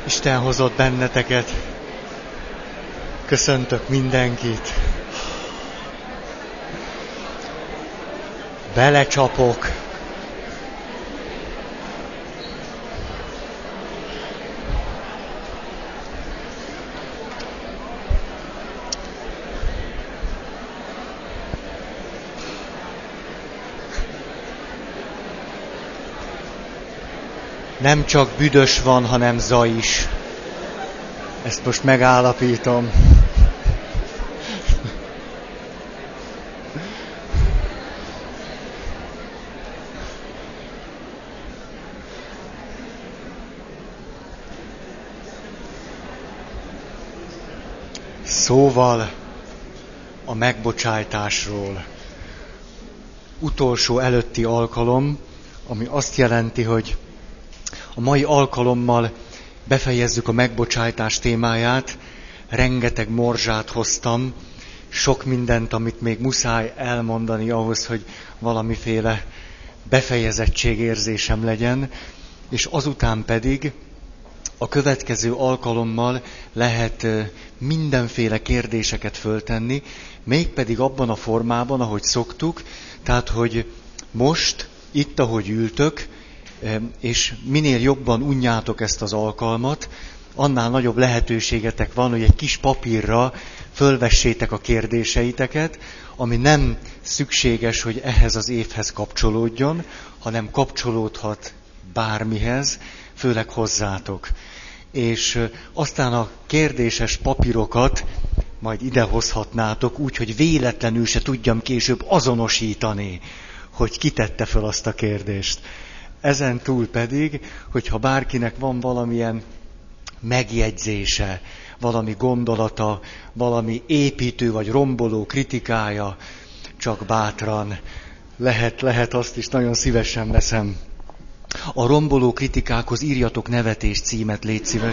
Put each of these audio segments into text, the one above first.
Isten hozott benneteket. Köszöntök mindenkit. Belecsapok. Nem csak büdös van, hanem zaj is. Ezt most megállapítom. Szóval a megbocsájtásról. Utolsó előtti alkalom, ami azt jelenti, hogy a mai alkalommal befejezzük a megbocsájtás témáját. Rengeteg morzsát hoztam, sok mindent, amit még muszáj elmondani ahhoz, hogy valamiféle befejezettségérzésem legyen, és azután pedig a következő alkalommal lehet mindenféle kérdéseket föltenni, mégpedig abban a formában, ahogy szoktuk, tehát, hogy most, itt, ahogy ültök, és minél jobban unjátok ezt az alkalmat, annál nagyobb lehetőségetek van, hogy egy kis papírra fölvessétek a kérdéseiteket, ami nem szükséges, hogy ehhez az évhez kapcsolódjon, hanem kapcsolódhat bármihez, főleg hozzátok. És aztán a kérdéses papírokat majd idehozhatnátok úgy, hogy véletlenül se tudjam később azonosítani, hogy ki tette föl azt a kérdést. Ezen túl pedig, hogyha bárkinek van valamilyen megjegyzése, valami gondolata, valami építő vagy romboló kritikája, csak bátran lehet azt is, nagyon szívesen veszem. A romboló kritikákhoz írjatok nevetés címet, légy szíves,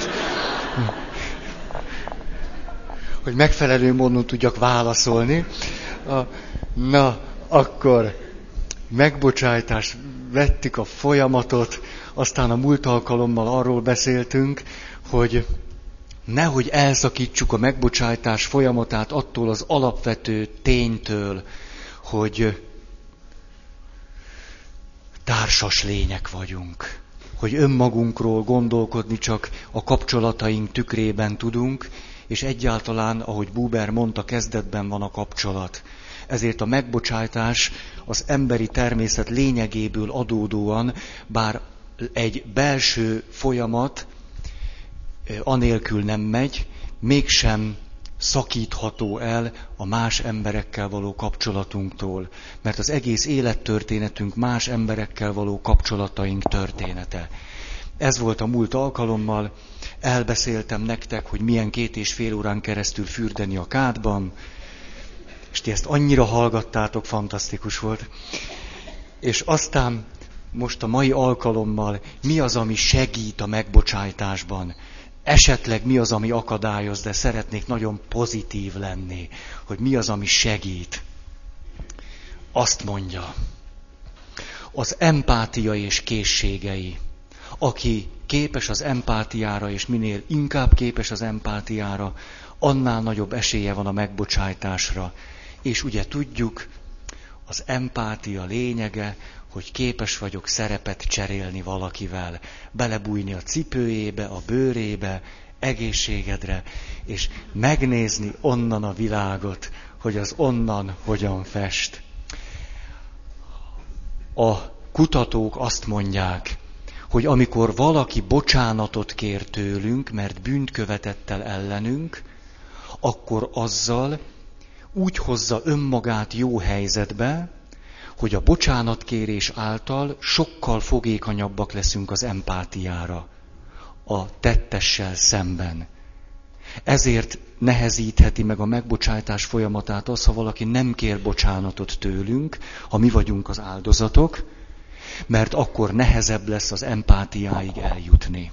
hogy megfelelő módon tudjak válaszolni. Na, akkor megbocsájtás, vettük a folyamatot, aztán a múlt alkalommal arról beszéltünk, hogy nehogy elszakítsuk a megbocsájtás folyamatát attól az alapvető ténytől, hogy társas lények vagyunk, hogy önmagunkról gondolkodni csak a kapcsolataink tükrében tudunk, és egyáltalán, ahogy Buber mondta, kezdetben van a kapcsolat. Ezért a megbocsájtás az emberi természet lényegéből adódóan, bár egy belső folyamat anélkül nem megy, mégsem szakítható el a más emberekkel való kapcsolatunktól. Mert az egész élettörténetünk más emberekkel való kapcsolataink története. Ez volt a múlt alkalommal, elbeszéltem nektek, hogy milyen 2,5 órán keresztül fürdeni a kádban, és ti ezt annyira hallgattátok, fantasztikus volt. És aztán most a mai alkalommal mi az, ami segít a megbocsájtásban? Esetleg mi az, ami akadályoz, de szeretnék nagyon pozitív lenni, hogy mi az, ami segít. Azt mondja, az empátia és készségei. Aki képes az empátiára, és minél inkább képes az empátiára, annál nagyobb esélye van a megbocsájtásra. És ugye tudjuk, az empátia lényege, hogy képes vagyok szerepet cserélni valakivel, belebújni a cipőjébe, a bőrébe, egészségedre, és megnézni onnan a világot, hogy az onnan hogyan fest. A kutatók azt mondják, hogy amikor valaki bocsánatot kér tőlünk, mert bűnt követett el ellenünk, akkor azzal úgy hozza önmagát jó helyzetbe, hogy a bocsánatkérés által sokkal fogékonyabbak leszünk az empátiára, a tettessel szemben. Ezért nehezítheti meg a megbocsájtás folyamatát az, ha valaki nem kér bocsánatot tőlünk, ha mi vagyunk az áldozatok, mert akkor nehezebb lesz az empátiáig eljutni.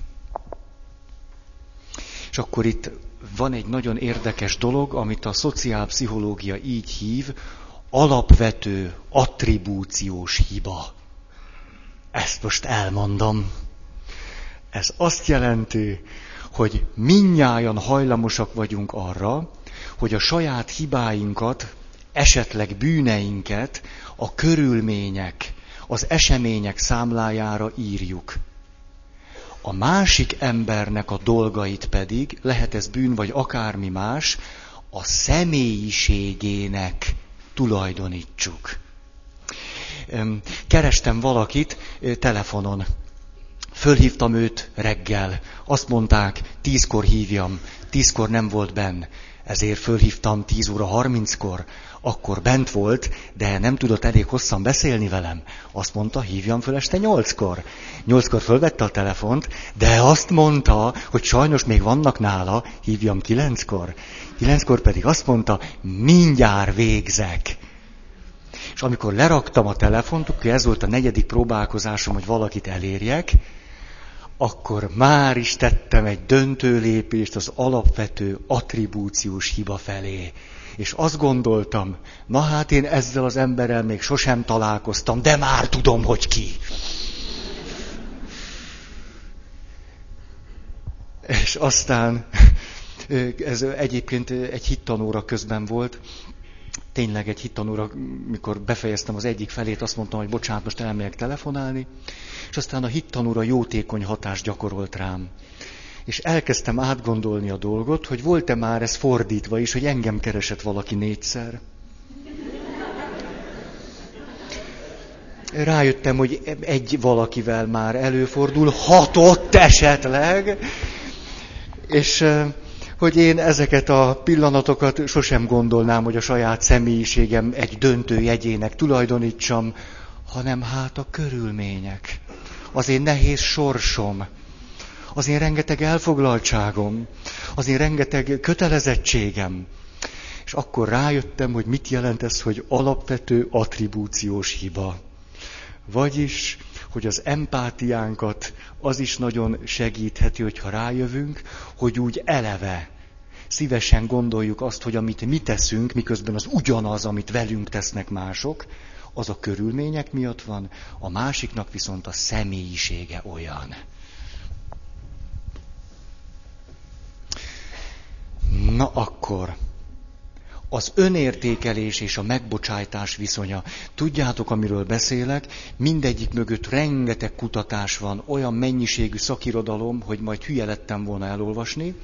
És akkor itt van egy nagyon érdekes dolog, amit a szociálpszichológia így hív, alapvető attribúciós hiba. Ezt most elmondom. Ez azt jelenti, hogy mindnyájan hajlamosak vagyunk arra, hogy a saját hibáinkat, esetleg bűneinket a körülmények, az események számlájára írjuk. A másik embernek a dolgait pedig, lehet ez bűn vagy akármi más, a személyiségének tulajdonítsuk. Kerestem valakit telefonon. Fölhívtam őt reggel. Azt mondták, 10-kor hívjam. 10-kor nem volt benn. Ezért fölhívtam 10:30-kor. Akkor bent volt, de nem tudott elég hosszan beszélni velem. Azt mondta, hívjam föl este 8-kor. 8-kor fölvette a telefont, de azt mondta, hogy sajnos még vannak nála, hívjam 9-kor. 9-kor pedig azt mondta, mindjárt végzek. És amikor leraktam a telefont, akkor ez volt a 4. próbálkozásom, hogy valakit elérjek, akkor már is tettem egy döntő lépést az alapvető attribúciós hiba felé. És azt gondoltam, na hát én ezzel az emberrel még sosem találkoztam, de már tudom, hogy ki. És aztán, ez egyébként egy hittanóra közben volt, tényleg egy hittanóra, mikor befejeztem az egyik felét, azt mondtam, hogy bocsánat, most elmegyek telefonálni, és aztán a hittanóra jótékony hatást gyakorolt rám. És elkezdtem átgondolni a dolgot, hogy volt-e már ez fordítva is, hogy engem keresett valaki 4-szer. Rájöttem, hogy egy valakivel már előfordul, 6 esetleg, és hogy én ezeket a pillanatokat sosem gondolnám, hogy a saját személyiségem egy döntő jegyének tulajdonítsam, hanem hát a körülmények, az én nehéz sorsom, az én rengeteg elfoglaltságom, az én rengeteg kötelezettségem. És akkor rájöttem, hogy mit jelent ez, hogy alapvető attribúciós hiba. Vagyis, hogy az empátiánkat az is nagyon segítheti, hogyha rájövünk, hogy úgy eleve szívesen gondoljuk azt, hogy amit mi teszünk, miközben az ugyanaz, amit velünk tesznek mások, az a körülmények miatt van, a másiknak viszont a személyisége olyan. Na akkor, az önértékelés és a megbocsájtás viszonya. Tudjátok, amiről beszélek, mindegyik mögött rengeteg kutatás van, olyan mennyiségű szakirodalom, hogy majd hülye lettem volna elolvasni.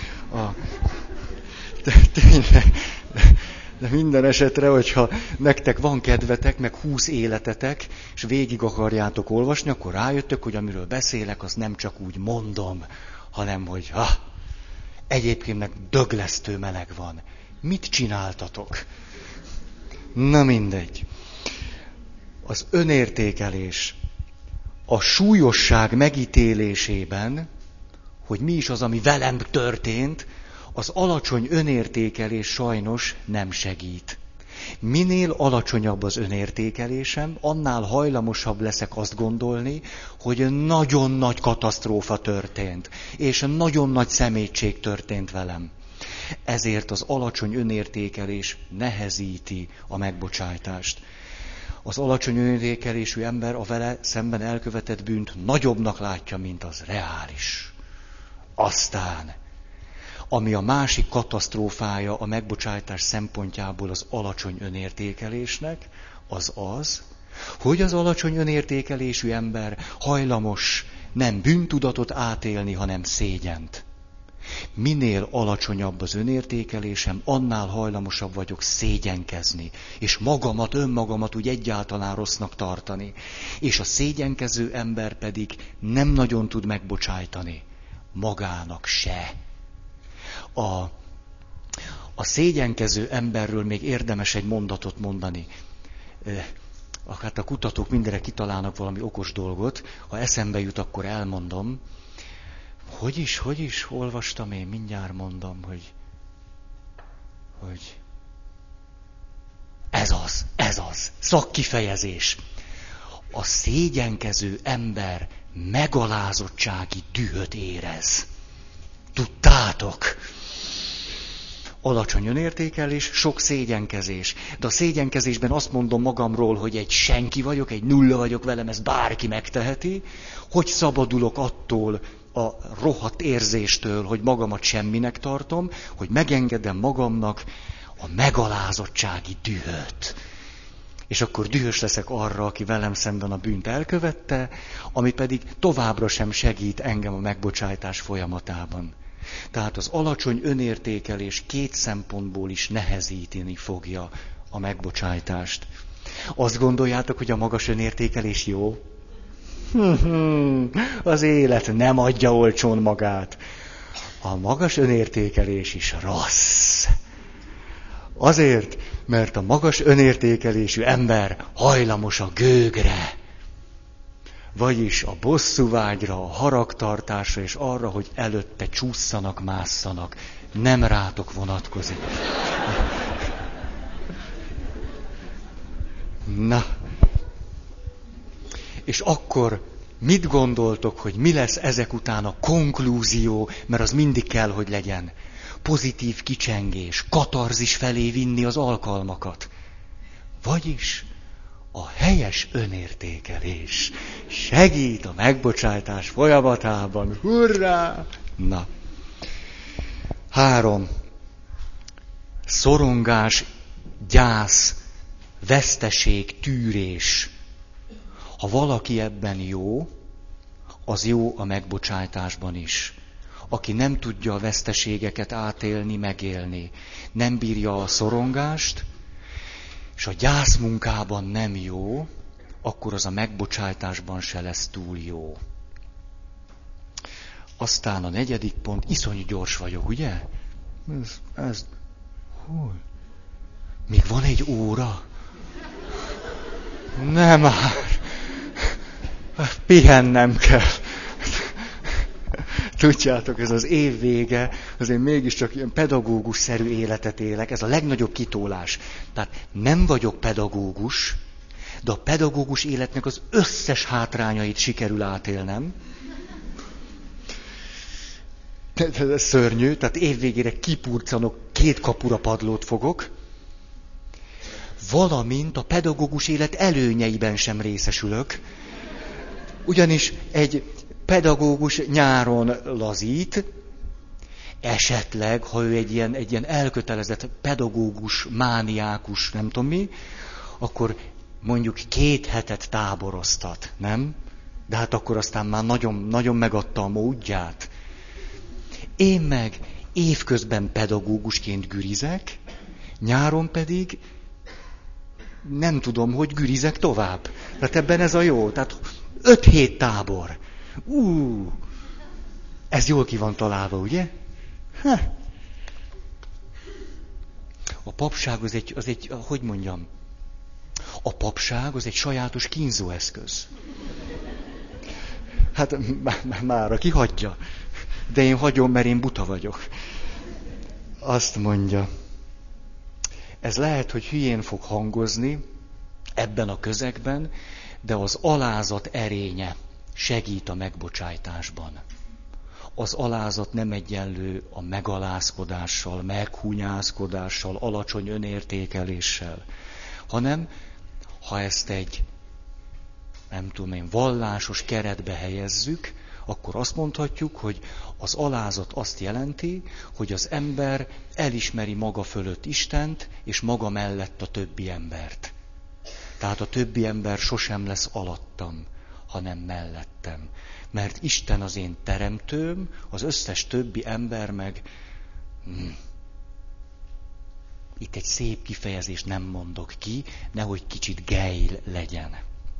De minden esetre, hogyha nektek van kedvetek, meg 20 életetek, és végig akarjátok olvasni, akkor rájöttök, hogy amiről beszélek, az nem csak úgy mondom, hanem hogy egyébként meg döglesztő meleg van. Mit csináltatok? Na mindegy. Az önértékelés a súlyosság megítélésében, hogy mi is az, ami velem történt, az alacsony önértékelés sajnos nem segít. Minél alacsonyabb az önértékelésem, annál hajlamosabb leszek azt gondolni, hogy nagyon nagy katasztrófa történt, és nagyon nagy szemétség történt velem. Ezért az alacsony önértékelés nehezíti a megbocsájtást. Az alacsony önértékelésű ember a vele szemben elkövetett bűnt nagyobbnak látja, mint az reális. Aztán, ami a másik katasztrófája a megbocsájtás szempontjából az alacsony önértékelésnek, az az, hogy az alacsony önértékelésű ember hajlamos nem bűntudatot átélni, hanem szégyent. Minél alacsonyabb az önértékelésem, annál hajlamosabb vagyok szégyenkezni, és önmagamat úgy egyáltalán rossznak tartani. És a szégyenkező ember pedig nem nagyon tud megbocsájtani. Magának se. A szégyenkező emberről még érdemes egy mondatot mondani. Hát a kutatók mindenre kitalálnak valami okos dolgot, ha eszembe jut, akkor elmondom. Hogy is olvastam én, mindjárt mondom, hogy ez az, szakkifejezés. A szégyenkező ember megalázottsági dühöt érez. Tudtátok? Alacsony önértékelés, sok szégyenkezés. De a szégyenkezésben azt mondom magamról, hogy egy senki vagyok, egy nulla vagyok velem, ezt bárki megteheti. Hogy szabadulok attól a rohadt érzéstől, hogy magamat semminek tartom, hogy megengedem magamnak a megalázottsági dühöt. És akkor dühös leszek arra, aki velem szemben a bűnt elkövette, ami pedig továbbra sem segít engem a megbocsájtás folyamatában. Tehát az alacsony önértékelés két szempontból is nehezíteni fogja a megbocsájtást. Azt gondoljátok, hogy a magas önértékelés jó? Az élet nem adja olcsón magát. A magas önértékelés is rossz. Azért, mert a magas önértékelésű ember hajlamos a gőgre. Vagyis a bosszúvágyra, a haragtartásra és arra, hogy előtte csússzanak, másszanak. Nem rátok vonatkozik. Na. És akkor mit gondoltok, hogy mi lesz ezek után a konklúzió, mert az mindig kell, hogy legyen. Pozitív kicsengés, katarzis felé vinni az alkalmakat. Vagyis a helyes önértékelés segít a megbocsájtás folyamatában. Hurrá! Na. 3. Szorongás, gyász, veszteség, tűrés. Ha valaki ebben jó, az jó a megbocsájtásban is. Aki nem tudja a veszteségeket átélni, megélni, nem bírja a szorongást, és a gyászmunkában nem jó, akkor az a megbocsájtásban se lesz túl jó. Aztán a 4. pont, iszonyú gyors vagyok, ugye? Hol? Még van egy óra? Nem már. Pihennem kell. Tudjátok, ez az év vége, azért mégiscsak ilyen pedagógus-szerű életet élek, ez a legnagyobb kitólás. Tehát nem vagyok pedagógus, de a pedagógus életnek az összes hátrányait sikerül átélnem. Ez szörnyű, tehát évvégére kipurcanok, 2 kapura padlót fogok, valamint a pedagógus élet előnyeiben sem részesülök, ugyanis egy pedagógus nyáron lazít, esetleg, ha ő egy ilyen elkötelezett pedagógus, mániákus, nem tudom mi, akkor mondjuk 2 hetet táboroztat, nem? De hát akkor aztán már nagyon, nagyon megadta a módját. Én meg évközben pedagógusként gürizek, nyáron pedig nem tudom, hogy gürizek tovább. Tehát ebben ez a jó. Tehát 5 hét tábor. Ez jól ki van találva, ugye? A papság az egy, hogy mondjam, a papság az egy sajátos kínzóeszköz. Hát már aki hagyja. De én hagyom, mert én buta vagyok. Azt mondja, ez lehet, hogy hülyén fog hangozni ebben a közegben, de az alázat erénye segít a megbocsájtásban. Az alázat nem egyenlő a megalázkodással, meghúnyászkodással, alacsony önértékeléssel, hanem ha ezt egy, nem tudom én, vallásos keretbe helyezzük, akkor azt mondhatjuk, hogy az alázat azt jelenti, hogy az ember elismeri maga fölött Istent, és maga mellett a többi embert. Tehát a többi ember sosem lesz alattam, hanem mellettem. Mert Isten az én teremtőm, az összes többi ember meg... Itt egy szép kifejezést nem mondok ki, nehogy kicsit gejl legyen.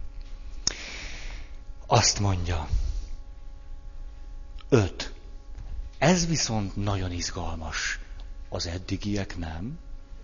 Azt mondja, 5. Ez viszont nagyon izgalmas. Az eddigiek nem.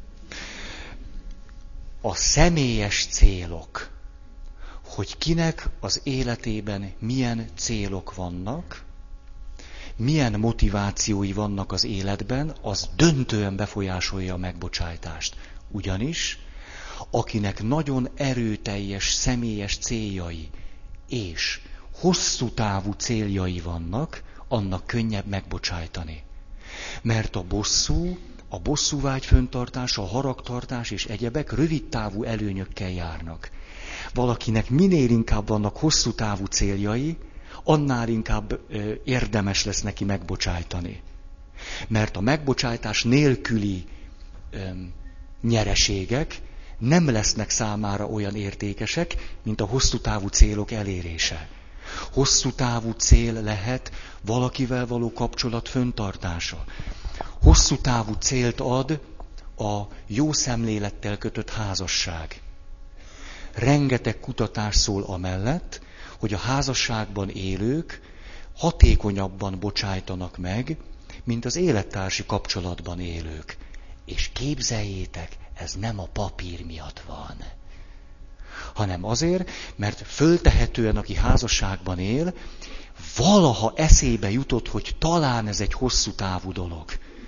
A személyes célok. Hogy kinek az életében milyen célok vannak, milyen motivációi vannak az életben, az döntően befolyásolja a megbocsájtást. Ugyanis, akinek nagyon erőteljes személyes céljai és hosszú távú céljai vannak, annak könnyebb megbocsájtani. Mert a bosszúvágy föntartása, a haragtartás és egyebek rövid távú előnyökkel járnak. Valakinek minél inkább vannak hosszú távú céljai, annál inkább érdemes lesz neki megbocsájtani. Mert a megbocsájtás nélküli nyereségek nem lesznek számára olyan értékesek, mint a hosszú távú célok elérése. Hosszú távú cél lehet valakivel való kapcsolat föntartása. Hosszú távú célt ad a jó szemlélettel kötött házasság. Rengeteg kutatás szól amellett, hogy a házasságban élők hatékonyabban bocsájtanak meg, mint az élettársi kapcsolatban élők. És képzeljétek, ez nem a papír miatt van, hanem azért, mert föltehetően, aki házasságban él, valaha eszébe jutott, hogy talán ez egy hosszú távú dolog.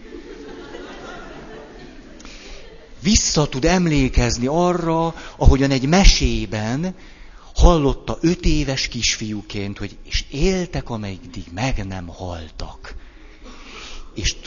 Vissza tud emlékezni arra, ahogyan egy mesében hallotta 5 éves kisfiúként, hogy és éltek, ameddig meg nem haltak. És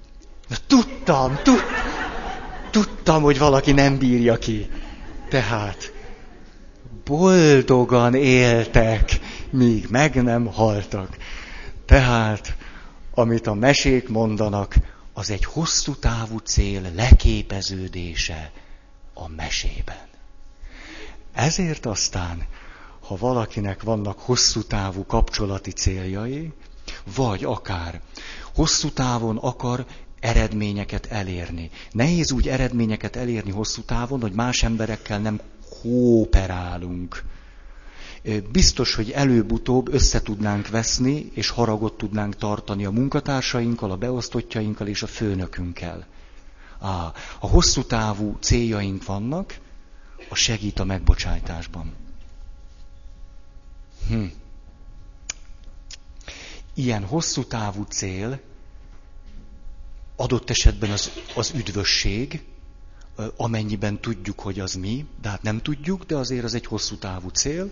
tudtam, hogy valaki nem bírja ki. Tehát boldogan éltek, míg meg nem haltak. Tehát, amit a mesék mondanak, az egy hosszú távú cél leképeződése a mesében. Ezért aztán, ha valakinek vannak hosszú távú kapcsolati céljai, vagy akár hosszú távon akar eredményeket elérni. Nehéz úgy eredményeket elérni hosszú távon, hogy más emberekkel nem kooperálunk. Biztos, hogy előbb-utóbb össze tudnánk veszni, és haragot tudnánk tartani a munkatársainkkal, a beosztottjainkkal és a főnökünkkel. A hosszú távú céljaink vannak, az segít a megbocsájtásban. Ilyen hosszú távú cél adott esetben az üdvösség, amennyiben tudjuk, hogy az mi, de hát nem tudjuk, de azért az egy hosszú távú cél.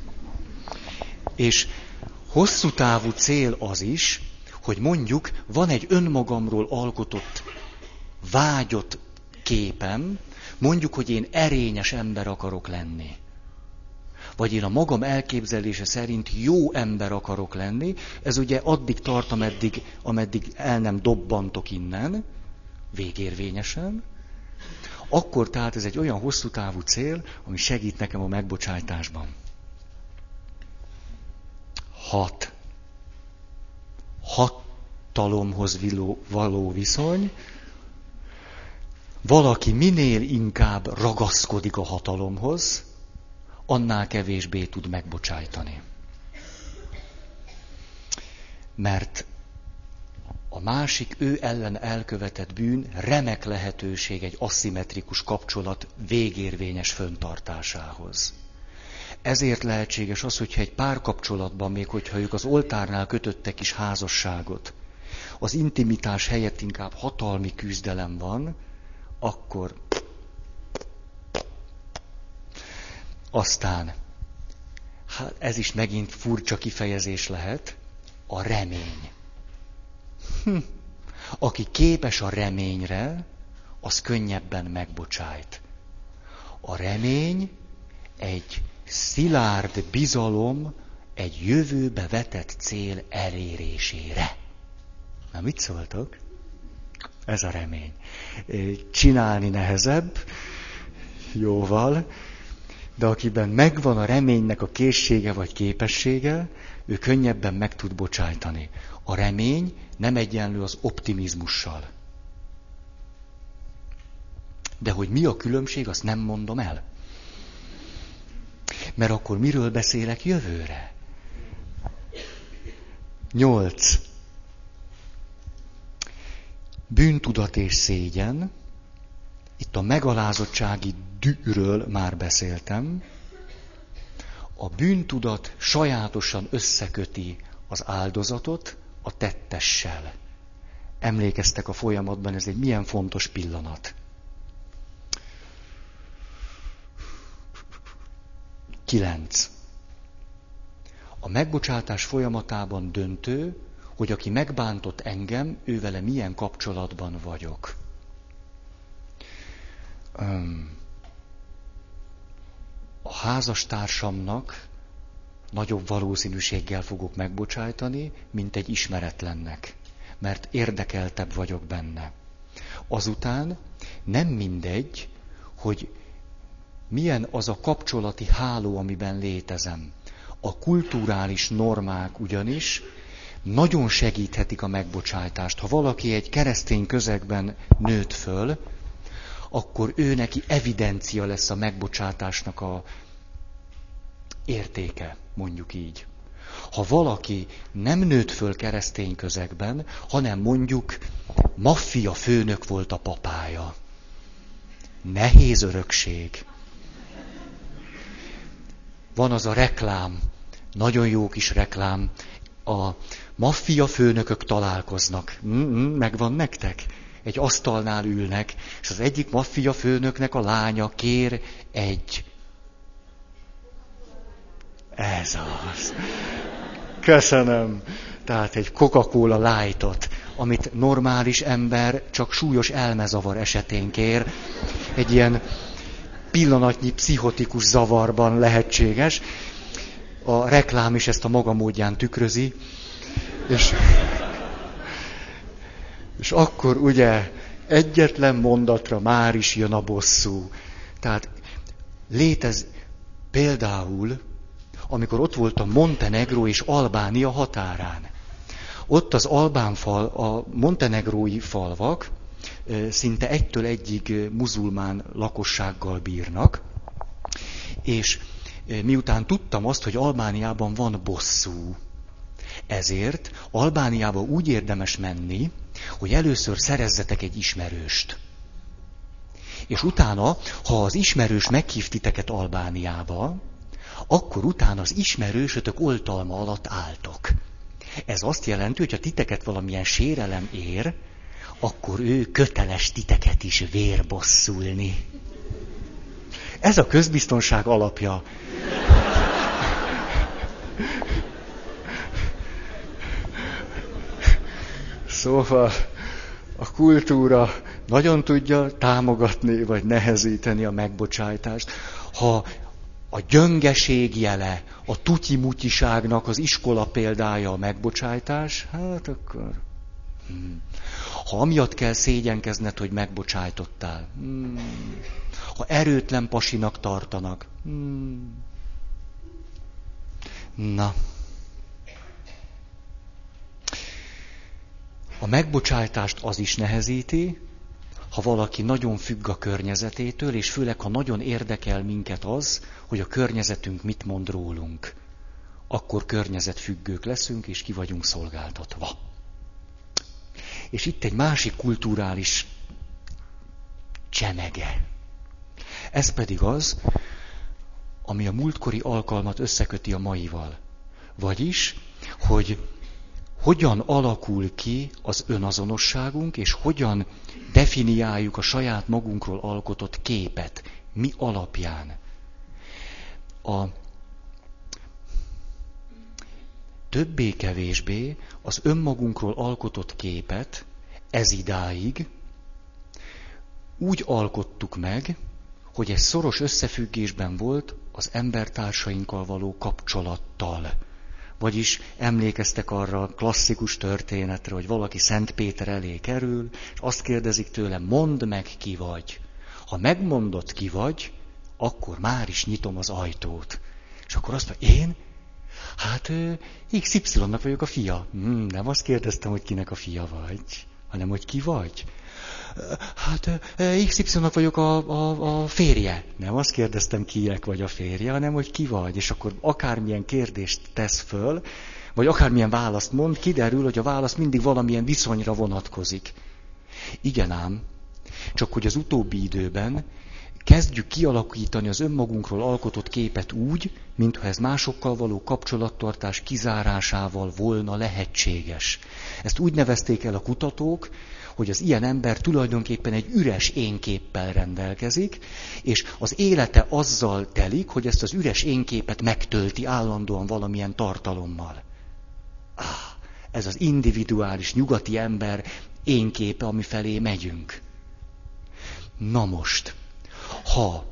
És hosszú távú cél az is, hogy mondjuk van egy önmagamról alkotott, vágyott képem, mondjuk, hogy én erényes ember akarok lenni. Vagy én a magam elképzelése szerint jó ember akarok lenni, ez ugye addig tart, ameddig el nem dobbantok innen, végérvényesen. Akkor tehát ez egy olyan hosszú távú cél, ami segít nekem a megbocsájtásban. 6. Hatalomhoz való viszony. Valaki minél inkább ragaszkodik a hatalomhoz, annál kevésbé tud megbocsájtani. Mert a másik ő ellen elkövetett bűn remek lehetőség egy aszimmetrikus kapcsolat végérvényes föntartásához. Ezért lehetséges az, hogyha egy párkapcsolatban, még hogyha ők az oltárnál kötöttek is házasságot, az intimitás helyett inkább hatalmi küzdelem van, akkor aztán, hát ez is megint furcsa kifejezés lehet, a remény. Aki képes a reményre, az könnyebben megbocsájt. A remény egy szilárd bizalom egy jövőbe vetett cél elérésére. Na, mit szóltok? Ez a remény. Csinálni nehezebb, jóval, de akiben megvan a reménynek a készsége vagy képessége, ő könnyebben meg tud bocsájtani. A remény nem egyenlő az optimizmussal. De hogy mi a különbség, azt nem mondom el. Mert akkor miről beszélek jövőre? 8. Bűntudat és szégyen. Itt a megalázottsági dűről már beszéltem. A bűntudat sajátosan összeköti az áldozatot a tettessel. Emlékeztek a folyamatban, ez egy milyen fontos pillanat. 9. A megbocsátás folyamatában döntő, hogy aki megbántott engem, ővele milyen kapcsolatban vagyok. A házastársamnak nagyobb valószínűséggel fogok megbocsájtani, mint egy ismeretlennek, mert érdekeltebb vagyok benne. Azután nem mindegy, hogy milyen az a kapcsolati háló, amiben létezem. A kulturális normák ugyanis nagyon segíthetik a megbocsájtást. Ha valaki egy keresztény közegben nőtt föl, akkor ő neki evidencia lesz a megbocsátásnak a értéke, mondjuk így. Ha valaki nem nőtt föl keresztény közegben, hanem mondjuk maffia főnök volt a papája. Nehéz örökség. Van az a reklám, nagyon jó kis reklám, a maffia főnökök találkoznak. Megvan nektek? Egy asztalnál ülnek, és az egyik maffia főnöknek a lánya kér egy... Ez az. Köszönöm. Tehát egy Coca-Cola Lightot, amit normális ember csak súlyos elmezavar esetén kér. Egy ilyen pillanatnyi pszichotikus zavarban lehetséges. A reklám is ezt a maga módján tükrözi. És akkor ugye egyetlen mondatra már is jön a bosszú. Tehát például, amikor ott voltam Montenegró és Albánia határán. Ott az albán fal, a montenegrói falvak szinte 1-1 muzulmán lakossággal bírnak, és miután tudtam azt, hogy Albániában van bosszú, ezért Albániába úgy érdemes menni, hogy először szerezzetek egy ismerőst. És utána, ha az ismerős meghív titeket Albániába, akkor utána az ismerősötök oltalma alatt álltok. Ez azt jelenti, hogy ha titeket valamilyen sérelem ér, akkor ő köteles titeket is vérbosszulni. Ez a közbiztonság alapja. Szóval a kultúra nagyon tudja támogatni vagy nehezíteni a megbocsájtást. Ha a gyöngeség jele, a tutyi-mutyiságnak az iskola példája a megbocsájtás, hát akkor... Ha amiatt kell szégyenkezned, hogy megbocsájtottál. Ha erőtlen pasinak tartanak. Na. A megbocsájtást az is nehezíti, ha valaki nagyon függ a környezetétől, és főleg, ha nagyon érdekel minket az, hogy a környezetünk mit mond rólunk. Akkor környezetfüggők leszünk, és ki vagyunk szolgáltatva. És itt egy másik kulturális csemege. Ez pedig az, ami a múltkori alkalmat összeköti a maival. Vagyis, hogy hogyan alakul ki az önazonosságunk, és hogyan definiáljuk a saját magunkról alkotott képet. Mi alapján? A többé-kevésbé az önmagunkról alkotott képet ezidáig úgy alkottuk meg, hogy ez szoros összefüggésben volt az embertársainkkal való kapcsolattal. Vagyis emlékeztek arra a klasszikus történetre, hogy valaki Szent Péter elé kerül, és azt kérdezik tőle, mondd meg, ki vagy. Ha megmondod, ki vagy, akkor már is nyitom az ajtót. És akkor azt mondja, én? Hát XY-nak vagyok a fia. Nem azt kérdeztem, hogy kinek a fia vagy, hanem hogy ki vagy. Hát XY-nak vagyok a férje. Nem azt kérdeztem, kinek vagy a férje, hanem hogy ki vagy. És akkor akármilyen kérdést tesz föl, vagy akármilyen választ mond, kiderül, hogy a válasz mindig valamilyen viszonyra vonatkozik. Igen ám, csak hogy az utóbbi időben kezdjük kialakítani az önmagunkról alkotott képet úgy, mintha ez másokkal való kapcsolattartás kizárásával volna lehetséges. Ezt úgy nevezték el a kutatók, hogy az ilyen ember tulajdonképpen egy üres énképpel rendelkezik, és az élete azzal telik, hogy ezt az üres énképet megtölti állandóan valamilyen tartalommal. Ez az individuális nyugati ember énképe, ami felé megyünk. Na most, ha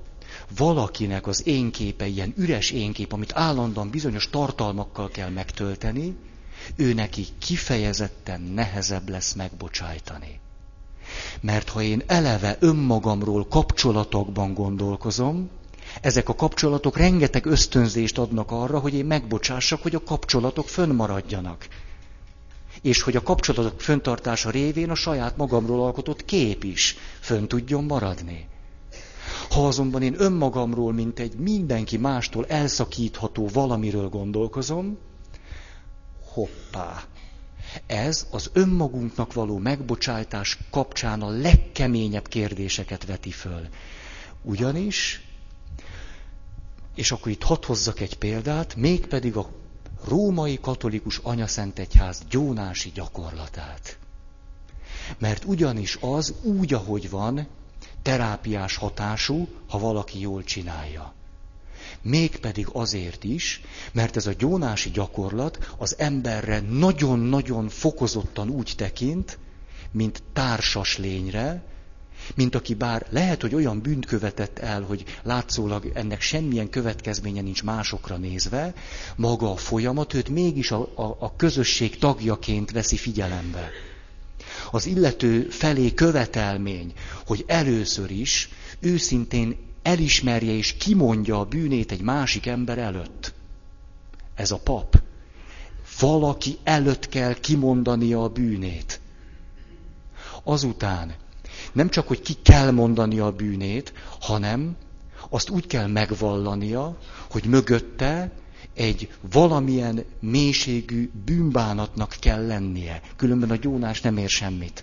valakinek az énképe ilyen üres énkép, amit állandóan bizonyos tartalmakkal kell megtölteni, ő neki kifejezetten nehezebb lesz megbocsájtani. Mert ha én eleve önmagamról kapcsolatokban gondolkozom, ezek a kapcsolatok rengeteg ösztönzést adnak arra, hogy én megbocsássak, hogy a kapcsolatok fönnmaradjanak. És hogy a kapcsolatok fönntartása révén a saját magamról alkotott kép is fönn tudjon maradni. Ha azonban én önmagamról, mint egy mindenki mástól elszakítható valamiről gondolkozom, hoppá! Ez az önmagunknak való megbocsájtás kapcsán a legkeményebb kérdéseket veti föl. Ugyanis, és akkor itt hadd hozzak egy példát, mégpedig a római katolikus anyaszentegyház gyónási gyakorlatát. Mert ugyanis az úgy, ahogy van, terápiás hatású, ha valaki jól csinálja. Mégpedig azért is, mert ez a gyónási gyakorlat az emberre nagyon-nagyon fokozottan úgy tekint, mint társas lényre, mint aki bár lehet, hogy olyan bűnt követett el, hogy látszólag ennek semmilyen következménye nincs másokra nézve, maga a folyamat őt mégis a közösség tagjaként veszi figyelembe. Az illető felé követelmény, hogy először is őszintén elismerje és kimondja a bűnét egy másik ember előtt. Ez a pap. Valaki előtt kell kimondania a bűnét. Azután nem csak, hogy ki kell mondania a bűnét, hanem azt úgy kell megvallania, hogy mögötte egy valamilyen mélységű bűnbánatnak kell lennie. Különben a gyónás nem ér semmit.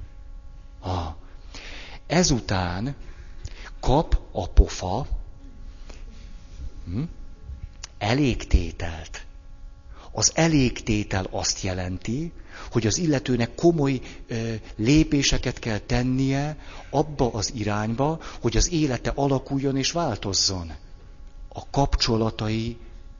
Ezután kap a pofa elégtételt. Az elégtétel azt jelenti, hogy az illetőnek komoly lépéseket kell tennie abba az irányba, hogy az élete alakuljon és változzon. A kapcsolataira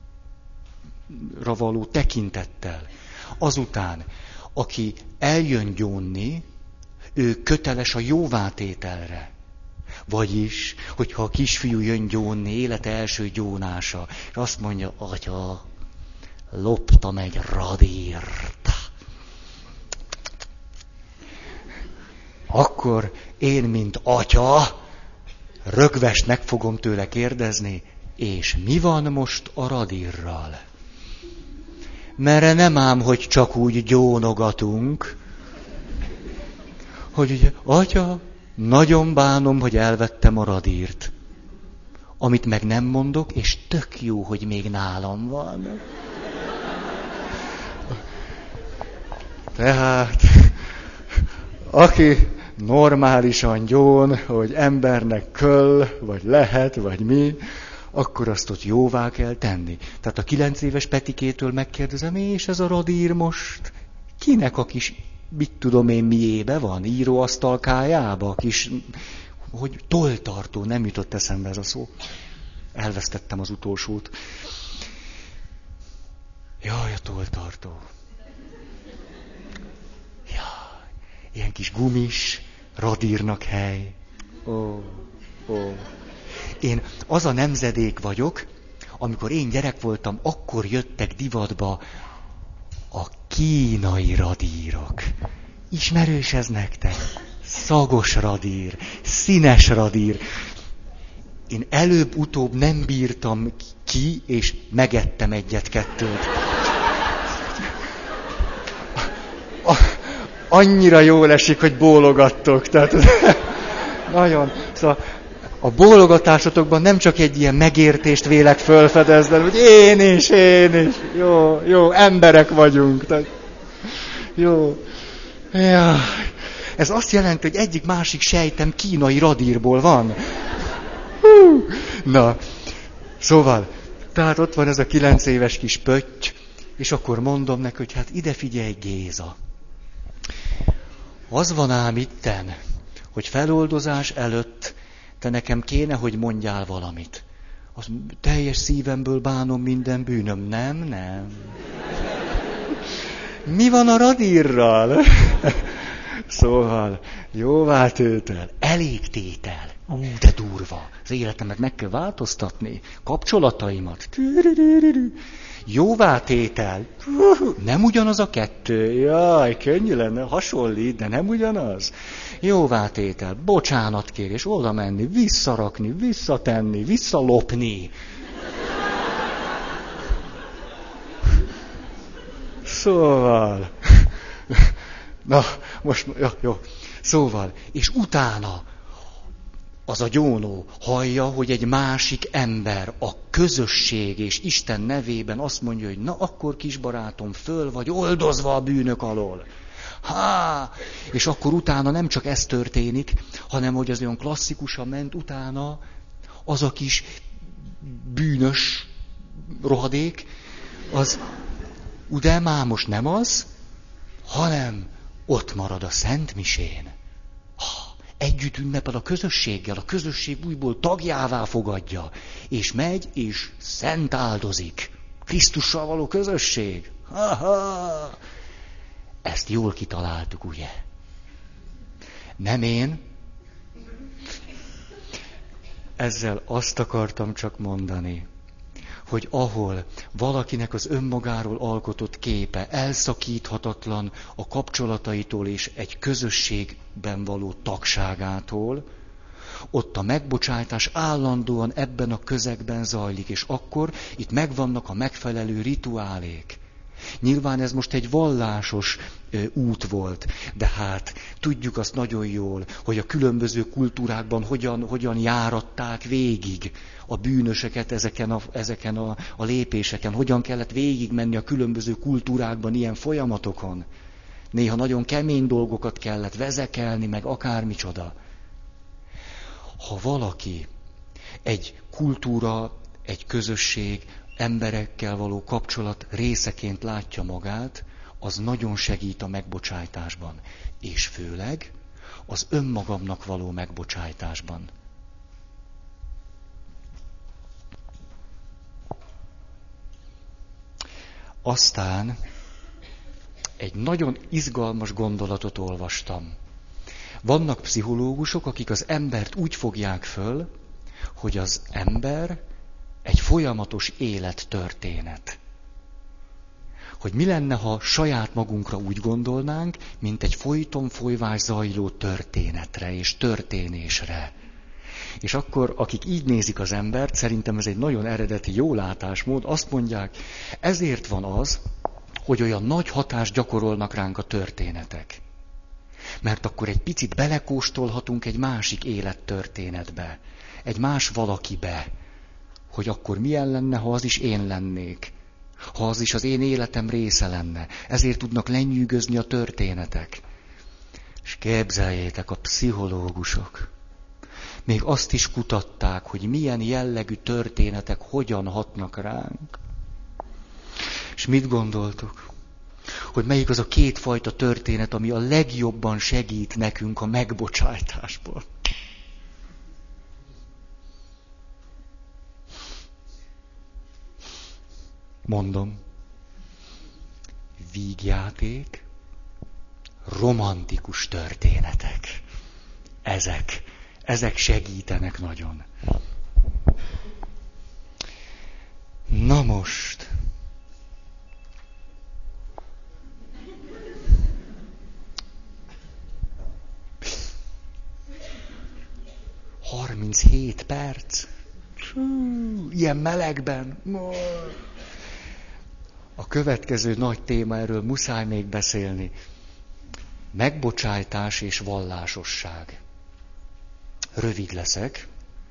való tekintettel. Azután, aki eljön gyónni, ő köteles a jóvátételre. Vagyis, hogyha a kisfiú jön gyónni, élete első gyónása, és azt mondja, atya, loptam egy radírt. Akkor én, mint atya, rögvest meg fogom tőle kérdezni, és mi van most a radírral? Merre nem ám, hogy csak úgy gyónogatunk, hogy ugye, atya, nagyon bánom, hogy elvettem a radírt. Amit meg nem mondok, és tök jó, hogy még nálam van. Tehát, aki normálisan gyón, hogy embernek köll, vagy lehet, vagy mi, akkor azt ott jóvá kell tenni. Tehát a 9 éves Petikétől megkérdezem, és ez a radír most kinek a kis, mit tudom én miébe van, íróasztalkájába, kis, hogy tolltartó, nem jutott eszembe ez a szó. Elvesztettem az utolsót. Jaj, a tolltartó. Jaj, ilyen kis gumis, radírnak hely. Ó. Én az a nemzedék vagyok, amikor én gyerek voltam, akkor jöttek divatba a kínai radírok. Ismerős ez nektek? Szagos radír, színes radír. Én előbb-utóbb nem bírtam ki, és megettem egyet-kettőt. Annyira jól esik, hogy bólogattok. Tehát, nagyon. Szóval a bólogatásotokban nem csak egy ilyen megértést vélek fölfedezni, hogy én is. Jó, emberek vagyunk. Tehát, jó. Ja. Ez azt jelenti, hogy egyik-másik sejtem kínai radírból van. Na, szóval, tehát ott van ez a 9 éves kis pötty, és akkor mondom neki, hogy hát ide figyelj, Géza. Az van ám itten, hogy feloldozás előtt te nekem kéne, hogy mondjál valamit. Az teljes szívemből bánom minden bűnöm. Nem. Mi van a radírral? Szóval, jóvátétel, elégtétel. De durva. Az életemet meg kell változtatni. Kapcsolataimat. Jóvátétel. Nem ugyanaz a kettő. Jaj, könnyű lenne, hasonlít, de nem ugyanaz. Jóvátétel, bocsánatkérés, oda menni, visszarakni, visszatenni, visszalopni. Szóval... Na, most, jó. Szóval, és utána az a gyónó hallja, hogy egy másik ember, a közösség és Isten nevében azt mondja, hogy na akkor kisbarátom, föl vagy oldozva a bűnök alól. És akkor utána nem csak ez történik, hanem hogy az olyan klasszikusan ment utána az a kis bűnös rohadék, az, de már most nem az, hanem ott marad a Szent Misén. Együtt ünnepel a közösséggel, a közösség újból tagjává fogadja, és megy, és szent áldozik. Krisztussal való közösség. Ezt jól kitaláltuk, ugye? Nem én. Ezzel azt akartam csak mondani, hogy ahol valakinek az önmagáról alkotott képe elszakíthatatlan a kapcsolataitól és egy közösségben való tagságától, ott a megbocsátás állandóan ebben a közegben zajlik, és akkor itt megvannak a megfelelő rituálék. Nyilván ez most egy vallásos út volt, de hát tudjuk azt nagyon jól, hogy a különböző kultúrákban hogyan járatták végig a bűnöseket ezeken a lépéseken, hogyan kellett végigmenni a különböző kultúrákban ilyen folyamatokon. Néha nagyon kemény dolgokat kellett vezekelni, meg akármicsoda. Ha valaki egy kultúra, egy közösség, emberekkel való kapcsolat részeként látja magát, az nagyon segít a megbocsájtásban. És főleg az önmagamnak való megbocsájtásban. Aztán egy nagyon izgalmas gondolatot olvastam. Vannak pszichológusok, akik az embert úgy fogják föl, hogy az ember egy folyamatos élettörténet. Hogy mi lenne, ha saját magunkra úgy gondolnánk, mint egy folyton folyvás zajló történetre és történésre. És akkor, akik így nézik az embert, szerintem ez egy nagyon eredeti jó látásmód, azt mondják, ezért van az, hogy olyan nagy hatást gyakorolnak ránk a történetek. Mert akkor egy picit belekóstolhatunk egy másik élettörténetbe, egy más valakibe, hogy akkor milyen lenne, ha az is én lennék, ha az is az én életem része lenne. Ezért tudnak lenyűgözni a történetek. És képzeljétek, a pszichológusok még azt is kutatták, hogy milyen jellegű történetek hogyan hatnak ránk. És mit gondoltok? Hogy melyik az a kétfajta történet, ami a legjobban segít nekünk a megbocsájtásból? Mondom. Vígjáték, romantikus történetek. Ezek segítenek nagyon. Na most. ...37 perc. Ilyen melegben. A következő nagy téma, erről muszáj még beszélni. Megbocsájtás és vallásosság. Rövid leszek.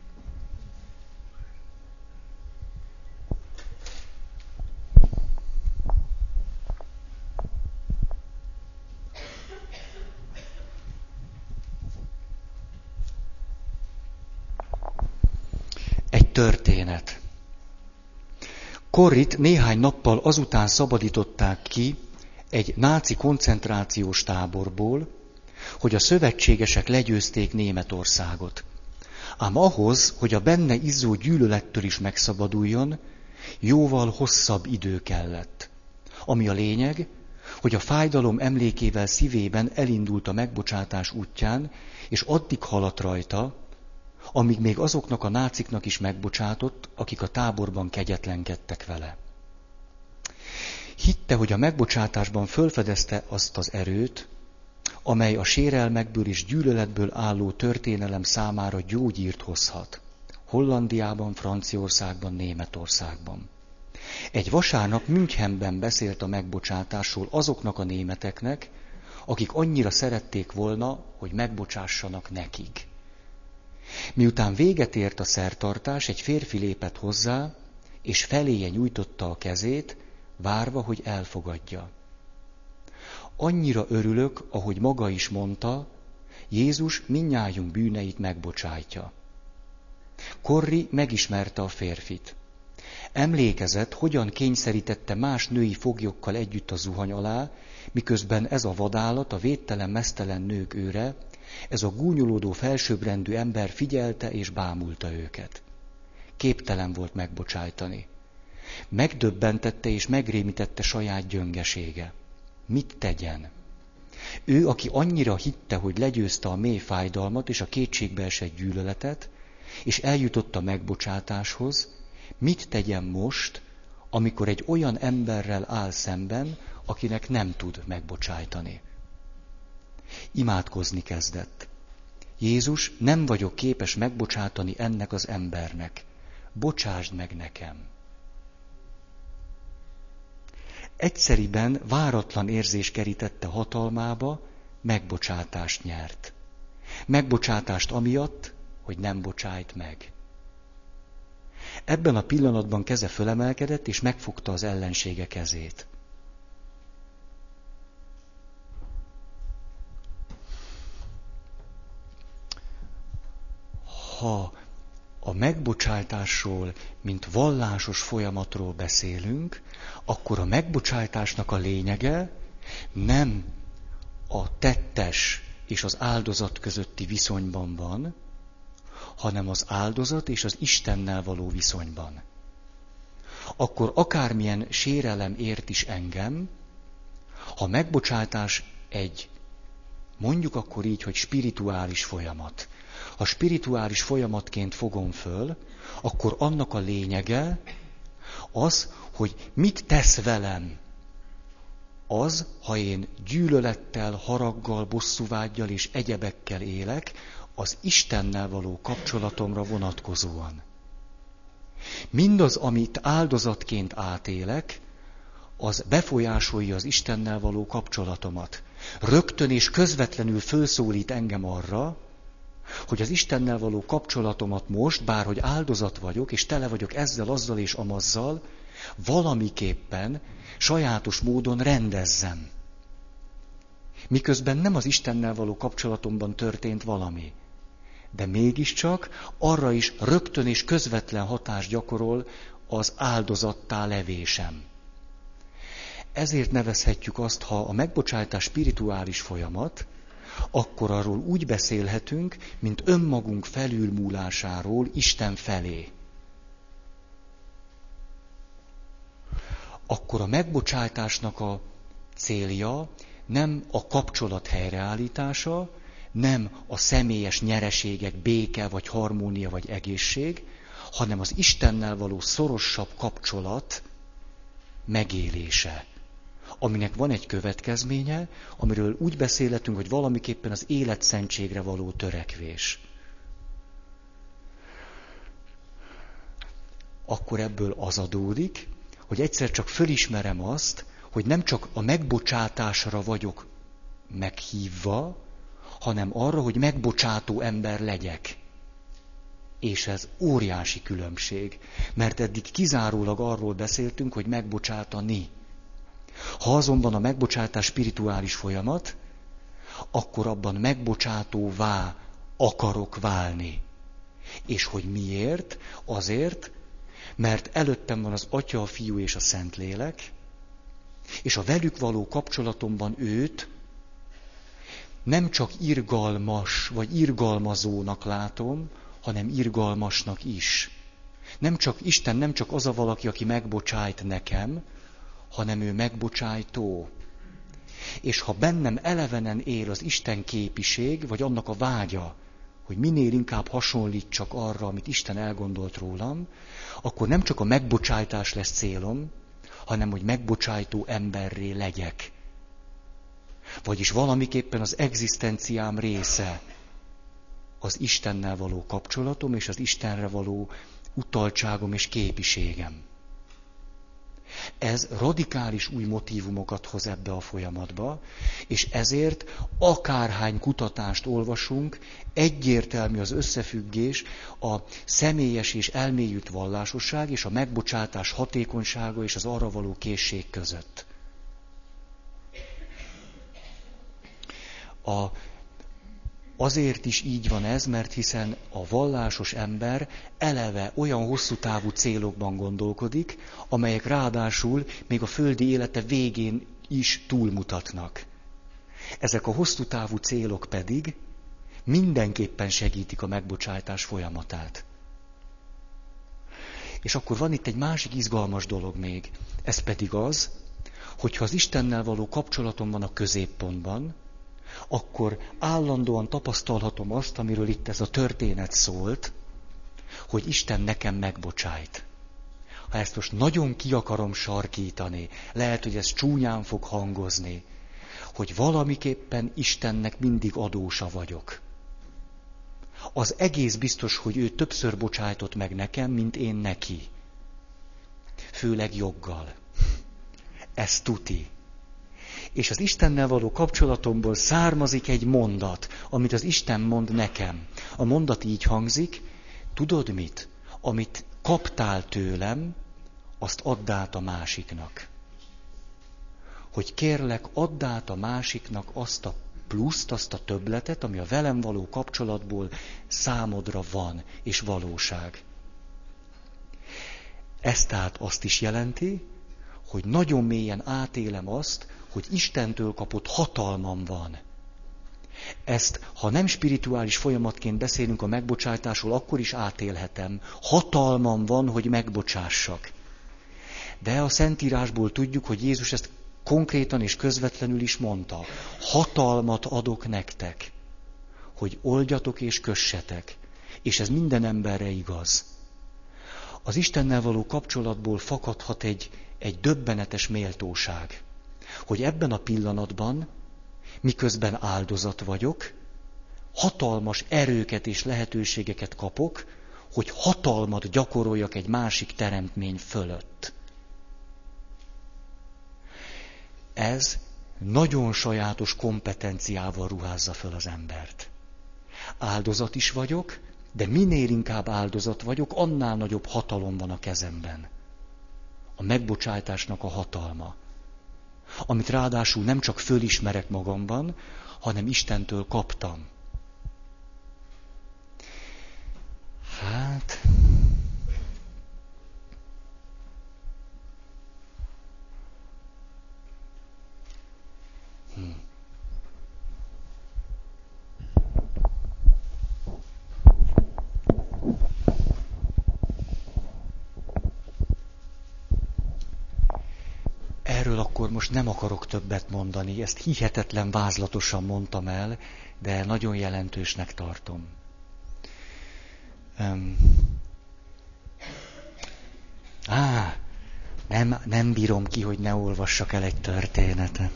Egy történet. Corrit néhány nappal azután szabadították ki egy náci koncentrációs táborból, hogy a szövetségesek legyőzték Németországot. Ám ahhoz, hogy a benne izzó gyűlölettől is megszabaduljon, jóval hosszabb idő kellett. Ami a lényeg, hogy a fájdalom emlékével szívében elindult a megbocsátás útján, és addig haladt rajta, amíg még azoknak a náciknak is megbocsátott, akik a táborban kegyetlenkedtek vele. Hitte, hogy a megbocsátásban fölfedezte azt az erőt, amely a sérelmekből és gyűlöletből álló történelem számára gyógyírt hozhat. Hollandiában, Franciaországban, Németországban. Egy vasárnap Münchenben beszélt a megbocsátásról azoknak a németeknek, akik annyira szerették volna, hogy megbocsássanak nekik. Miután véget ért a szertartás, egy férfi lépett hozzá, és feléje nyújtotta a kezét, várva, hogy elfogadja. Annyira örülök, ahogy maga is mondta, Jézus mindnyájunk bűneit megbocsátja. Corrie megismerte a férfit. Emlékezett, hogyan kényszerítette más női foglyokkal együtt a zuhany alá, miközben ez a vadállat, a védtelen, meztelen nők őre, ez a gúnyolódó felsőbbrendű ember figyelte és bámulta őket. Képtelen volt megbocsájtani. Megdöbbentette és megrémítette saját gyöngesége. Mit tegyen? Ő, aki annyira hitte, hogy legyőzte a mély fájdalmat és a kétségbeesett gyűlöletet, és eljutott a megbocsátáshoz, mit tegyen most, amikor egy olyan emberrel áll szemben, akinek nem tud megbocsájtani? Imádkozni kezdett. Jézus, nem vagyok képes megbocsátani ennek az embernek. Bocsásd meg nekem. Egyszeriben váratlan érzés kerítette hatalmába, megbocsátást nyert. Megbocsátást amiatt, hogy nem bocsájt meg. Ebben a pillanatban keze fölemelkedett, és megfogta az ellensége kezét. Ha a megbocsátásról, mint vallásos folyamatról beszélünk, akkor a megbocsátásnak a lényege nem a tettes és az áldozat közötti viszonyban van, hanem az áldozat és az Istennel való viszonyban. Akkor akármilyen sérelem ért is engem, ha megbocsátás egy, mondjuk akkor így, hogy spirituális folyamat. Ha spirituális folyamatként fogom föl, akkor annak a lényege az, hogy mit tesz velem az, ha én gyűlölettel, haraggal, bosszúvággyal és egyebekkel élek, az Istennel való kapcsolatomra vonatkozóan. Mindaz, amit áldozatként átélek, az befolyásolja az Istennel való kapcsolatomat. Rögtön és közvetlenül fölszólít engem arra, hogy az Istennel való kapcsolatomat most, bárhogy áldozat vagyok, és tele vagyok ezzel, azzal és amazzal, valamiképpen, sajátos módon rendezzem. Miközben nem az Istennel való kapcsolatomban történt valami. De mégiscsak arra is rögtön és közvetlen hatást gyakorol az áldozattá levésem. Ezért nevezhetjük azt, ha a megbocsátás spirituális folyamat, akkor arról úgy beszélhetünk, mint önmagunk felülmúlásáról Isten felé. Akkor a megbocsátásnak a célja nem a kapcsolat helyreállítása, nem a személyes nyereségek, béke, vagy harmónia, vagy egészség, hanem az Istennel való szorosabb kapcsolat megélése, aminek van egy következménye, amiről úgy beszélhetünk, hogy valamiképpen az életszentségre való törekvés. Akkor ebből az adódik, hogy egyszer csak fölismerem azt, hogy nem csak a megbocsátásra vagyok meghívva, hanem arra, hogy megbocsátó ember legyek. És ez óriási különbség, mert eddig kizárólag arról beszéltünk, hogy megbocsátani. Ha azonban a megbocsátás spirituális folyamat, akkor abban megbocsátóvá akarok válni. És hogy miért? Azért, mert előttem van az Atya, a Fiú és a Szentlélek, és a velük való kapcsolatomban őt nem csak irgalmas vagy irgalmazónak látom, hanem irgalmasnak is. Isten nem csak az a valaki, aki megbocsájt nekem, hanem ő megbocsájtó. És ha bennem elevenen él az Isten képiség, vagy annak a vágya, hogy minél inkább hasonlítsak arra, amit Isten elgondolt rólam, akkor nem csak a megbocsájtás lesz célom, hanem hogy megbocsájtó emberré legyek. Vagyis valamiképpen az egzisztenciám része az Istennel való kapcsolatom és az Istenre való utaltságom és képiségem. Ez radikális új motívumokat hoz ebbe a folyamatba, és ezért akárhány kutatást olvasunk, egyértelmű az összefüggés a személyes és elmélyült vallásosság és a megbocsátás hatékonysága és az arra való készség között. Azért is így van ez, mert hiszen a vallásos ember eleve olyan hosszú távú célokban gondolkodik, amelyek ráadásul még a földi élete végén is túlmutatnak. Ezek a hosszú távú célok pedig mindenképpen segítik a megbocsátás folyamatát. És akkor van itt egy másik izgalmas dolog még. Ez pedig az, hogyha az Istennel való kapcsolatom van a középpontban, akkor állandóan tapasztalhatom azt, amiről itt ez a történet szólt, hogy Isten nekem megbocsájt. Ha ezt most nagyon ki akarom sarkítani, lehet, hogy ez csúnyán fog hangozni, hogy valamiképpen Istennek mindig adósa vagyok. Az egész biztos, hogy ő többször bocsájtott meg nekem, mint én neki. Főleg joggal. Ez tuti. És az Istennel való kapcsolatomból származik egy mondat, amit az Isten mond nekem. A mondat így hangzik, tudod mit? Amit kaptál tőlem, azt add át a másiknak. Hogy kérlek, add át a másiknak azt a pluszt, azt a többletet, ami a velem való kapcsolatból számodra van, és valóság. Ez tehát azt is jelenti, hogy nagyon mélyen átélem azt, hogy Istentől kapott hatalmam van. Ezt, ha nem spirituális folyamatként beszélünk a megbocsátásról, akkor is átélhetem. Hatalmam van, hogy megbocsássak. De a Szentírásból tudjuk, hogy Jézus ezt konkrétan és közvetlenül is mondta. Hatalmat adok nektek, hogy oldjatok és kössetek. És ez minden emberre igaz. Az Istennel való kapcsolatból fakadhat egy döbbenetes méltóság, hogy ebben a pillanatban, miközben áldozat vagyok, hatalmas erőket és lehetőségeket kapok, hogy hatalmat gyakoroljak egy másik teremtmény fölött. Ez nagyon sajátos kompetenciával ruházza föl az embert. Áldozat is vagyok, de minél inkább áldozat vagyok, annál nagyobb hatalom van a kezemben. A megbocsátásnak a hatalma. Amit ráadásul nem csak fölismerek magamban, hanem Istentől kaptam. Hát... Erről akkor most nem akarok többet mondani, ezt hihetetlen vázlatosan mondtam el, de nagyon jelentősnek tartom. Nem bírom ki, hogy ne olvassak el egy történetet.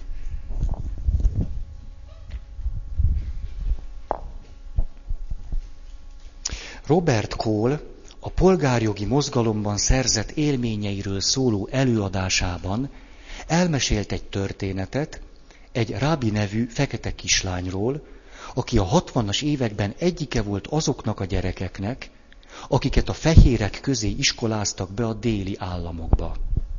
Robert Cole a polgárjogi mozgalomban szerzett élményeiről szóló előadásában elmesélt egy történetet egy Rábi nevű fekete kislányról, aki a 60-as években egyike volt azoknak a gyerekeknek, akiket a fehérek közé iskoláztak be a déli államokba.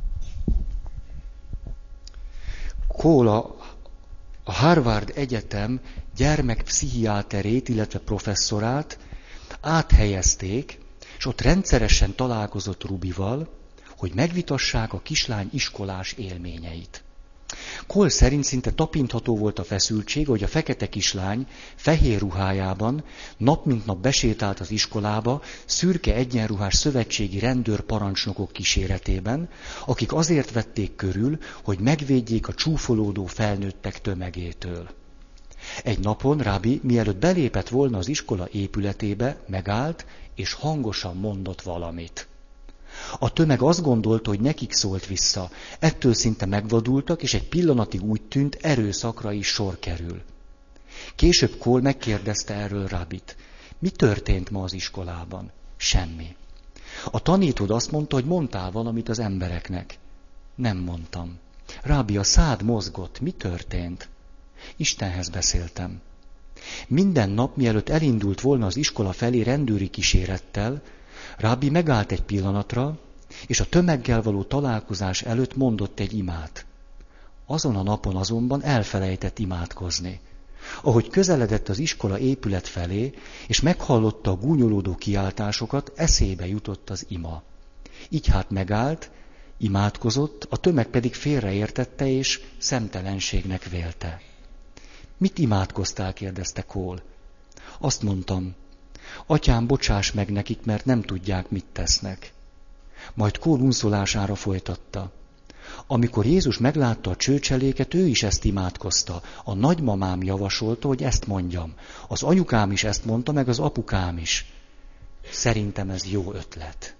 Cole a Harvard Egyetem gyermekpszichiáterét, illetve professzorát áthelyezték, és ott rendszeresen találkozott Rubival, hogy megvitassák a kislány iskolás élményeit. Kohl szerint szinte tapintható volt a feszültség, hogy a fekete kislány fehér ruhájában nap mint nap besétált az iskolába szürke egyenruhás szövetségi rendőrparancsnokok kíséretében, akik azért vették körül, hogy megvédjék a csúfolódó felnőttek tömegétől. Egy napon Rabbi, mielőtt belépett volna az iskola épületébe, megállt, és hangosan mondott valamit. A tömeg azt gondolta, hogy nekik szólt vissza. Ettől szinte megvadultak, és egy pillanatig úgy tűnt, erőszakra is sor kerül. Később Kohl megkérdezte erről Rabbit. Mi történt ma az iskolában? Semmi. A tanítód azt mondta, hogy mondtál valamit az embereknek. Nem mondtam. Rabbi, a szád mozgott. Mi történt? Istenhez beszéltem. Minden nap, mielőtt elindult volna az iskola felé rendőri kísérettel, Rabbi megállt egy pillanatra, és a tömeggel való találkozás előtt mondott egy imát. Azon a napon azonban elfelejtett imádkozni. Ahogy közeledett az iskola épület felé, és meghallotta a gúnyolódó kiáltásokat, eszébe jutott az ima. Így hát megállt, imádkozott, a tömeg pedig félreértette és szemtelenségnek vélte. Mit imádkoztál? Kérdezte Kohl. Azt mondtam, Atyám, bocsáss meg nekik, mert nem tudják, mit tesznek. Majd Kohl unszolására folytatta. Amikor Jézus meglátta a csőcseléket, ő is ezt imádkozta. A nagymamám javasolta, hogy ezt mondjam. Az anyukám is ezt mondta, meg az apukám is. Szerintem ez jó ötlet.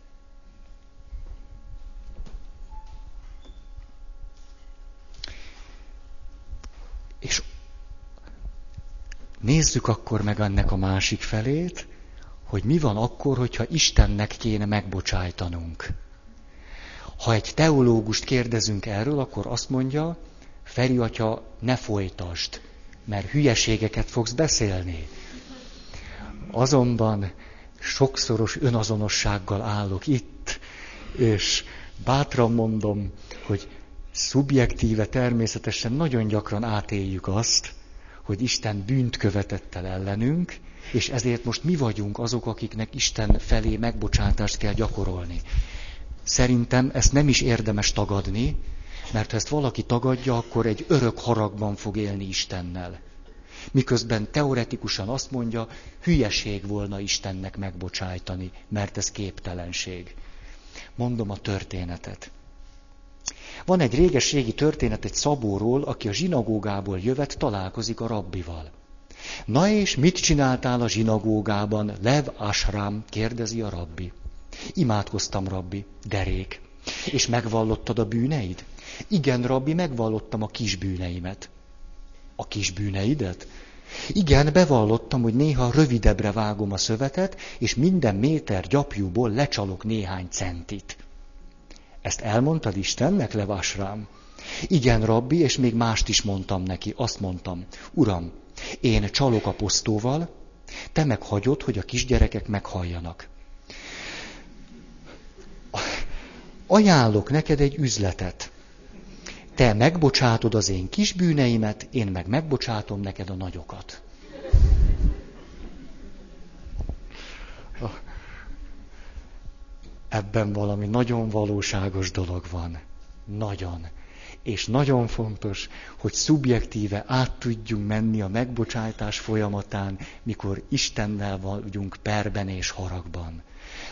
És nézzük akkor meg ennek a másik felét, hogy mi van akkor, hogyha Istennek kéne megbocsájtanunk. Ha egy teológust kérdezünk erről, akkor azt mondja, Feri atya, ne folytasd, mert hülyeségeket fogsz beszélni. Azonban sokszoros önazonossággal állok itt, és bátran mondom, hogy szubjektíve természetesen nagyon gyakran átéljük azt, hogy Isten bűnt követett el ellenünk, és ezért most mi vagyunk azok, akiknek Isten felé megbocsátást kell gyakorolni. Szerintem ezt nem is érdemes tagadni, mert ha ezt valaki tagadja, akkor egy örök haragban fog élni Istennel. Miközben teoretikusan azt mondja, hülyeség volna Istennek megbocsájtani, mert ez képtelenség. Mondom a történetet. Van egy réges-régi történet egy szabóról, aki a zsinagógából jövet, találkozik a rabbival. Na és mit csináltál a zsinagógában, Lev Ashram? Kérdezi a rabbi. Imádkoztam, rabbi, derék. És megvallottad a bűneid? Igen, rabbi, megvallottam a kis bűneimet. A kis bűneidet? Igen, bevallottam, hogy néha rövidebbre vágom a szövetet, és minden méter gyapjúból lecsalok néhány centit. Ezt elmondtad Istennek, Lev Ashram? Igen, rabbi, és még mást is mondtam neki. Azt mondtam, Uram, én csalok a posztóval, te meg hagyod, hogy a kisgyerekek meghalljanak. Ajánlok neked egy üzletet. Te megbocsátod az én kis bűneimet, én meg megbocsátom neked a nagyokat. Ebben valami nagyon valóságos dolog van. Nagyon. És nagyon fontos, hogy szubjektíve át tudjunk menni a megbocsátás folyamatán, mikor Istennel vagyunk perben és haragban.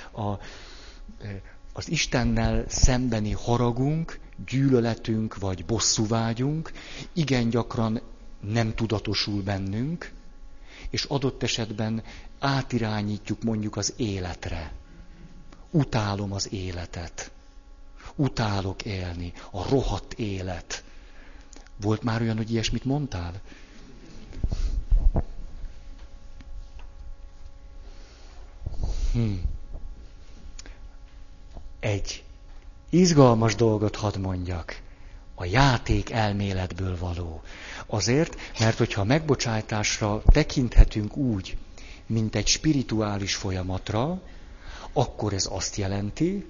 Az Istennel szembeni haragunk, gyűlöletünk vagy bosszúvágyunk igen gyakran nem tudatosul bennünk, és adott esetben átirányítjuk mondjuk az életre. Utálom az életet. Utálok élni. A rohadt élet. Volt már olyan, hogy ilyesmit mondtál? Egy izgalmas dolgot hadd mondjak. A játék elméletből való. Azért, mert hogyha megbocsátásra tekinthetünk úgy, mint egy spirituális folyamatra, akkor ez azt jelenti,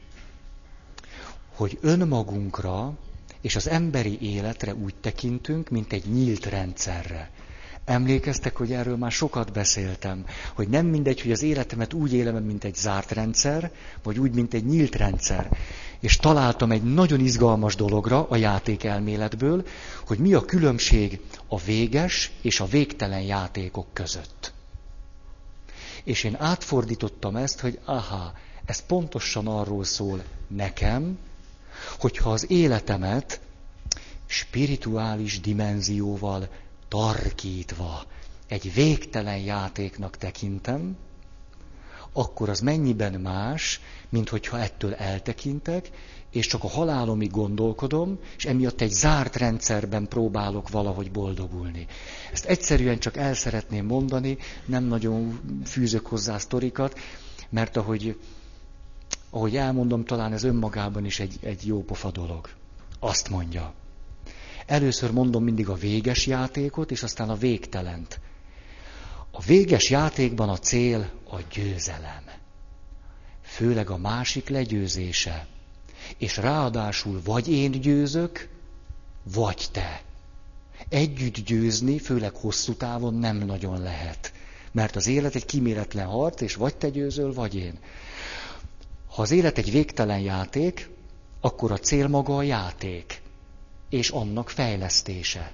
hogy önmagunkra és az emberi életre úgy tekintünk, mint egy nyílt rendszerre. Emlékeztek, hogy erről már sokat beszéltem, hogy nem mindegy, hogy az életemet úgy élem, mint egy zárt rendszer, vagy úgy, mint egy nyílt rendszer. és találtam egy nagyon izgalmas dologra a játékelméletből, hogy mi a különbség a véges és a végtelen játékok között. És én átfordítottam ezt, hogy ez pontosan arról szól nekem, hogyha az életemet spirituális dimenzióval tarkítva egy végtelen játéknak tekintem, akkor az mennyiben más, mint hogyha ettől eltekintek, és csak a halálomig gondolkodom, és emiatt egy zárt rendszerben próbálok valahogy boldogulni. Ezt egyszerűen csak el szeretném mondani, nem nagyon fűzök hozzá sztorikat, mert ahogy elmondom, talán ez önmagában is egy jó pofa dolog. Azt mondja. Először mondom mindig a véges játékot, és aztán a végtelent. A véges játékban a cél a győzelem. Főleg a másik legyőzése. És ráadásul vagy én győzök, vagy te. Együtt győzni, főleg hosszú távon nem nagyon lehet. Mert az élet egy kíméletlen harc, és vagy te győzöl, vagy én. Ha az élet egy végtelen játék, akkor a cél maga a játék, és annak fejlesztése.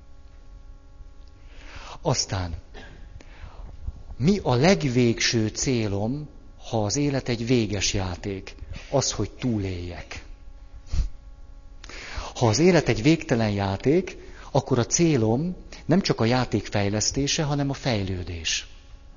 Aztán, mi a legvégső célom, ha az élet egy véges játék? Az, hogy túléljek. Ha az élet egy végtelen játék, akkor a célom nem csak a játék fejlesztése, hanem a fejlődés.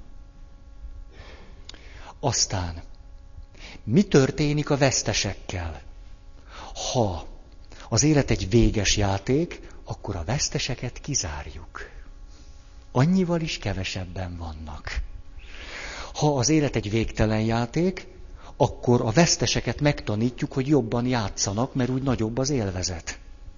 Aztán, mi történik a vesztesekkel? Ha az élet egy véges játék, akkor a veszteseket kizárjuk. Annyival is kevesebben vannak. Ha az élet egy végtelen játék, akkor a veszteseket megtanítjuk, hogy jobban játszanak, mert úgy nagyobb az élvezet.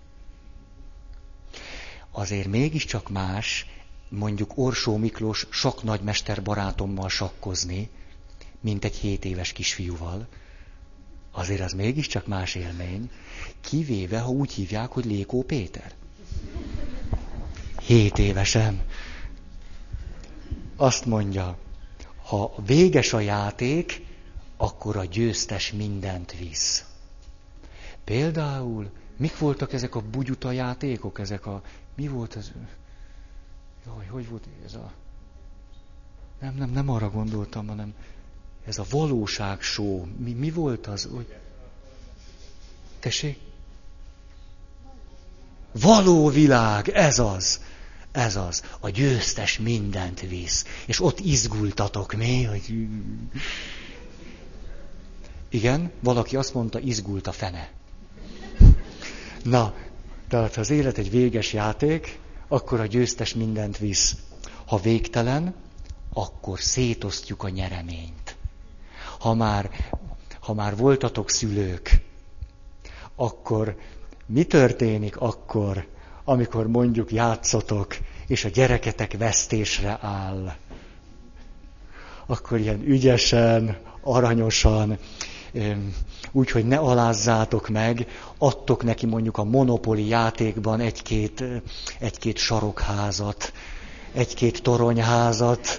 Azért mégiscsak más, mondjuk Orsó Miklós sakknagymester barátommal sakkozni, mint egy 7 éves kisfiúval. Azért az mégiscsak más élmény, kivéve, ha úgy hívják, hogy Lékó Péter. 7 évesen. Azt mondja, ha véges a játék, akkor a győztes mindent visz. Például, mik voltak ezek a bugyuta játékok, mi volt ez? Jaj, hogy volt ez a... Nem arra gondoltam, hanem ez a valóságshow. Mi volt az? Tessék? Való világ, ez az. A győztes mindent visz. És ott izgultatok mi, hogy... Igen, valaki azt mondta, izgult a fene. Na, tehát ha az élet egy véges játék, akkor a győztes mindent visz. Ha végtelen, akkor szétosztjuk a nyereményt. Ha már voltatok szülők, akkor mi történik akkor, amikor mondjuk játszotok, és a gyereketek vesztésre áll? Akkor ilyen ügyesen, aranyosan, úgy, hogy ne alázzátok meg, adtok neki mondjuk a Monopoly játékban egy-két sarokházat, egy-két toronyházat,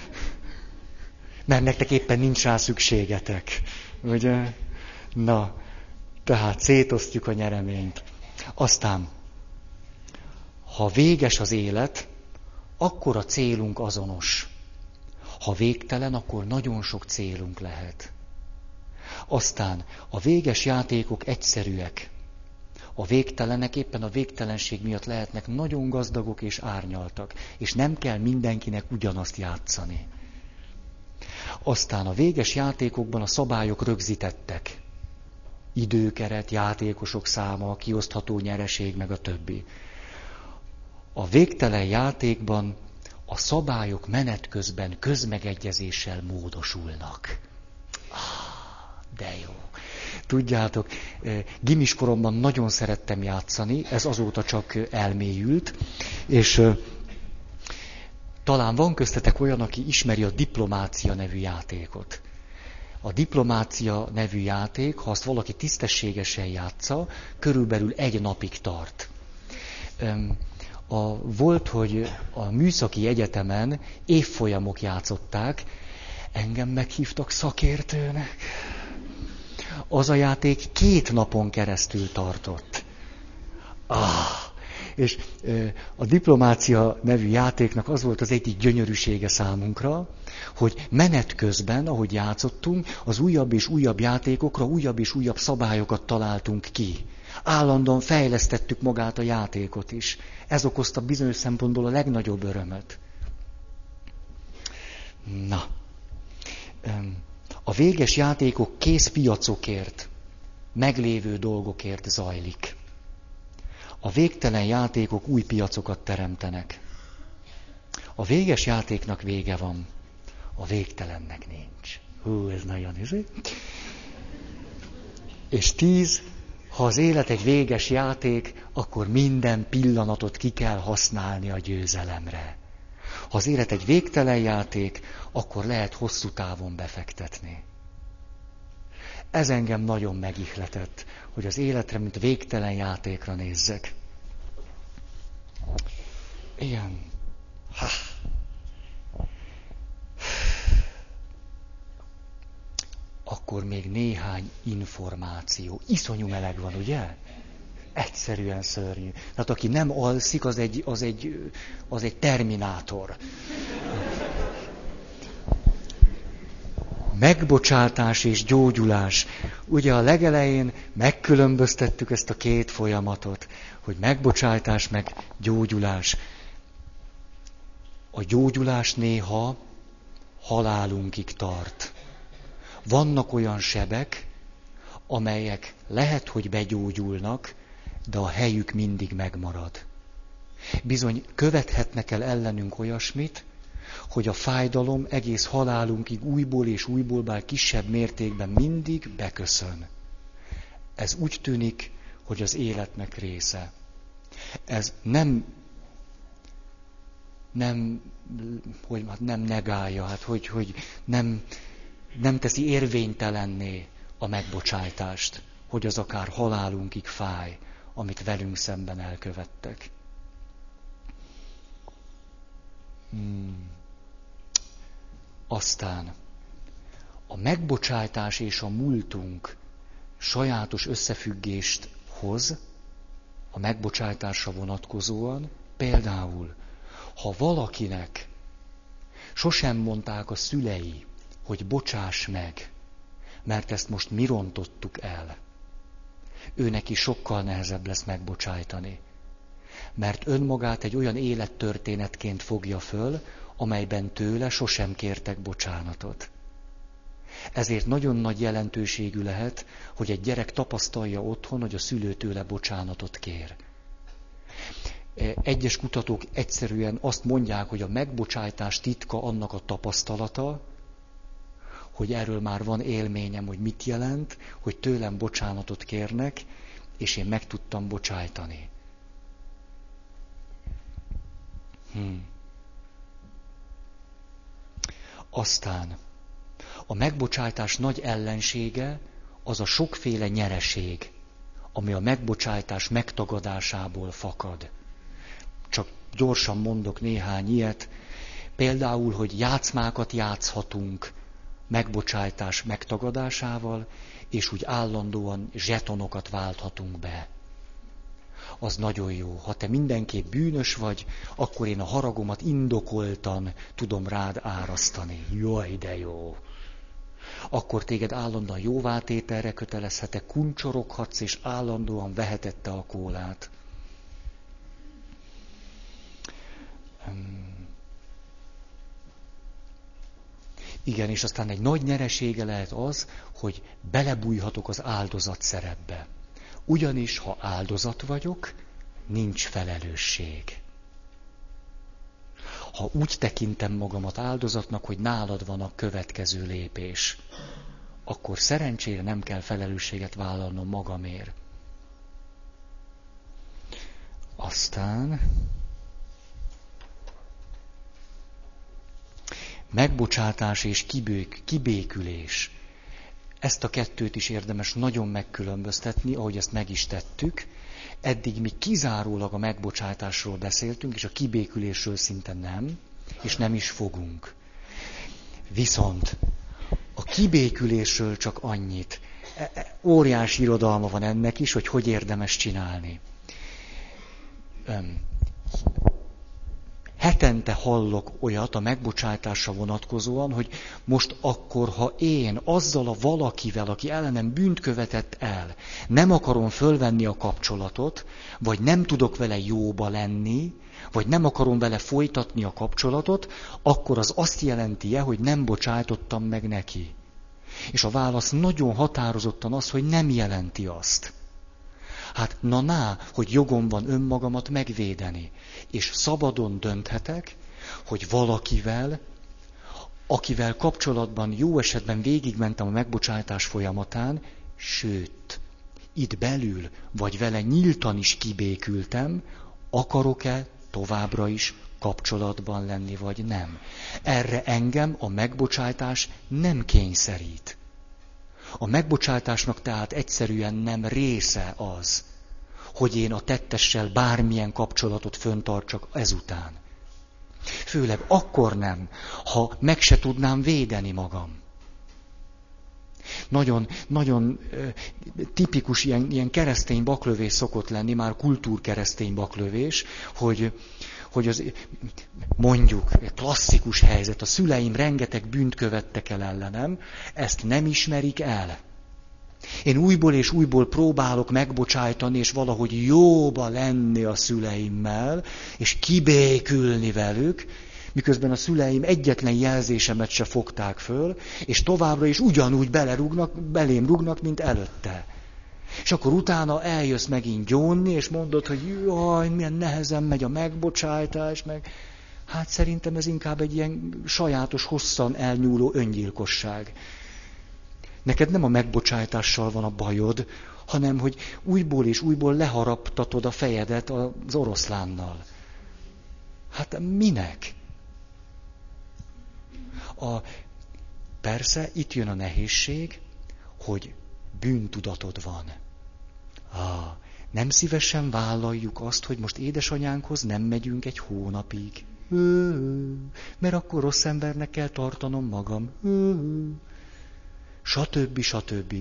mert nektek éppen nincs rá szükségetek. Ugye? Na, tehát szétosztjuk a nyereményt. Aztán, ha véges az élet, akkor a célunk azonos. Ha végtelen, akkor nagyon sok célunk lehet. Aztán a véges játékok egyszerűek. A végtelenek éppen a végtelenség miatt lehetnek nagyon gazdagok és árnyaltak, és nem kell mindenkinek ugyanazt játszani. Aztán a véges játékokban a szabályok rögzítettek. Időkeret, játékosok száma, kiosztható nyereség, meg a többi. A végtelen játékban a szabályok menet közben közmegegyezéssel módosulnak. De jó. Tudjátok, gimis koromban nagyon szerettem játszani, ez azóta csak elmélyült, és talán van köztetek olyan, aki ismeri a Diplomácia nevű játékot. A Diplomácia nevű játék, ha azt valaki tisztességesen játsza, körülbelül 1 napig tart. Volt, hogy a műszaki egyetemen évfolyamok játszották, engem meghívtak szakértőnek. Az a játék 2 napon keresztül tartott. És a Diplomácia nevű játéknak az volt az egyik gyönyörűsége számunkra, hogy menet közben, ahogy játszottunk, az újabb és újabb játékokra újabb és újabb szabályokat találtunk ki. Állandóan fejlesztettük magát a játékot is. Ez okozta bizonyos szempontból a legnagyobb örömöt. Na, a véges játékok kész piacokért, meglévő dolgokért zajlik. A végtelen játékok új piacokat teremtenek. A véges játéknak vége van, a végtelennek nincs. Ez nagyon izé. És 10, ha az élet egy véges játék, akkor minden pillanatot ki kell használni a győzelemre. Ha az élet egy végtelen játék, akkor lehet hosszú távon befektetni. Ez engem nagyon megihletett, hogy az életre, mint végtelen játékra nézzek. Igen. Akkor még néhány információ. Iszonyú meleg van, ugye? Egyszerűen szörnyű. Tehát aki nem alszik, az egy terminátor. Megbocsátás és gyógyulás. Ugye a legelején megkülönböztettük ezt a 2 folyamatot, hogy megbocsátás meg gyógyulás. A gyógyulás néha halálunkig tart. Vannak olyan sebek, amelyek lehet, hogy begyógyulnak, de a helyük mindig megmarad. Bizony követhetnek el ellenünk olyasmit, hogy a fájdalom egész halálunkig újból és újból, bár kisebb mértékben mindig beköszön. Ez úgy tűnik, hogy az életnek része. Ez nem negálja, hogy nem teszi érvénytelenné a megbocsájtást, hogy az akár halálunkig fáj, amit velünk szemben elkövettek. Aztán a megbocsátás és a múltunk sajátos összefüggést hoz a megbocsátásra vonatkozóan. Például, ha valakinek sosem mondták a szülei, hogy bocsáss meg, mert ezt most mi rontottuk el, ő neki sokkal nehezebb lesz megbocsájtani. Mert önmagát egy olyan élettörténetként fogja föl, amelyben tőle sosem kértek bocsánatot. Ezért nagyon nagy jelentőségű lehet, hogy egy gyerek tapasztalja otthon, hogy a szülő tőle bocsánatot kér. Egyes kutatók egyszerűen azt mondják, hogy a megbocsájtás titka annak a tapasztalata, hogy erről már van élményem, hogy mit jelent, hogy tőlem bocsánatot kérnek, és én meg tudtam bocsájtani. Aztán a megbocsájtás nagy ellensége az a sokféle nyereség, ami a megbocsájtás megtagadásából fakad. Csak gyorsan mondok néhány ilyet. Például, hogy játszmákat játszhatunk megbocsájtás megtagadásával, és úgy állandóan zsetonokat válthatunk be. Az nagyon jó. Ha te mindenképp bűnös vagy, akkor én a haragomat indokoltan tudom rád árasztani. Jaj, de jó! Akkor téged állandóan jóvátételre kötelezhetek, kuncsoroghatsz, és állandóan vehetette a kólát. Igen, és aztán egy nagy nyeresége lehet az, hogy belebújhatok az áldozat szerepbe. Ugyanis, ha áldozat vagyok, nincs felelősség. Ha úgy tekintem magamat áldozatnak, hogy nálad van a következő lépés, akkor szerencsére nem kell felelősséget vállalnom magamért. Aztán megbocsátás és kibékülés. Ezt a 2 is érdemes nagyon megkülönböztetni, ahogy ezt meg is tettük. Eddig mi kizárólag a megbocsátásról beszéltünk, és a kibékülésről szinte nem, és nem is fogunk. Viszont a kibékülésről csak annyit. Óriási irodalma van ennek is, hogy érdemes csinálni. Hetente hallok olyat a megbocsátásra vonatkozóan, hogy most akkor, ha én azzal a valakivel, aki ellenem bűnt követett el, nem akarom fölvenni a kapcsolatot, vagy nem tudok vele jóba lenni, vagy nem akarom vele folytatni a kapcsolatot, akkor az azt jelenti-e, hogy nem bocsájtottam meg neki. És a válasz nagyon határozottan az, hogy nem jelenti azt. Hát hogy jogom van önmagamat megvédeni. És szabadon dönthetek, hogy valakivel, akivel kapcsolatban jó esetben végigmentem a megbocsátás folyamatán, sőt, itt belül, vagy vele nyíltan is kibékültem, akarok-e továbbra is kapcsolatban lenni, vagy nem. Erre engem a megbocsátás nem kényszerít. A megbocsátásnak tehát egyszerűen nem része az, hogy én a tettessel bármilyen kapcsolatot föntartsak ezután. Főleg akkor nem, ha meg se tudnám védeni magam. Nagyon tipikus ilyen keresztény baklövés szokott lenni, már kultúrkeresztény baklövés, hogy az mondjuk klasszikus helyzet, a szüleim rengeteg bűnt követtek el ellenem, ezt nem ismerik el. Én újból és újból próbálok megbocsájtani, és valahogy jóba lenni a szüleimmel, és kibékülni velük, miközben a szüleim egyetlen jelzésemet se fogták föl, és továbbra is ugyanúgy belém rúgnak, mint előtte. És akkor utána eljössz megint gyónni, és mondod, hogy jaj, milyen nehezen megy a megbocsájtás, meg hát szerintem ez inkább egy ilyen sajátos, hosszan elnyúló öngyilkosság. Neked nem a megbocsájtással van a bajod, hanem hogy újból és újból leharaptatod a fejedet az oroszlánnal. Hát minek? Persze itt jön a nehézség, hogy bűntudatod van. Nem szívesen vállaljuk azt, hogy most édesanyánkhoz nem megyünk egy hónapig. Mert akkor rossz embernek kell tartanom magam. Stb.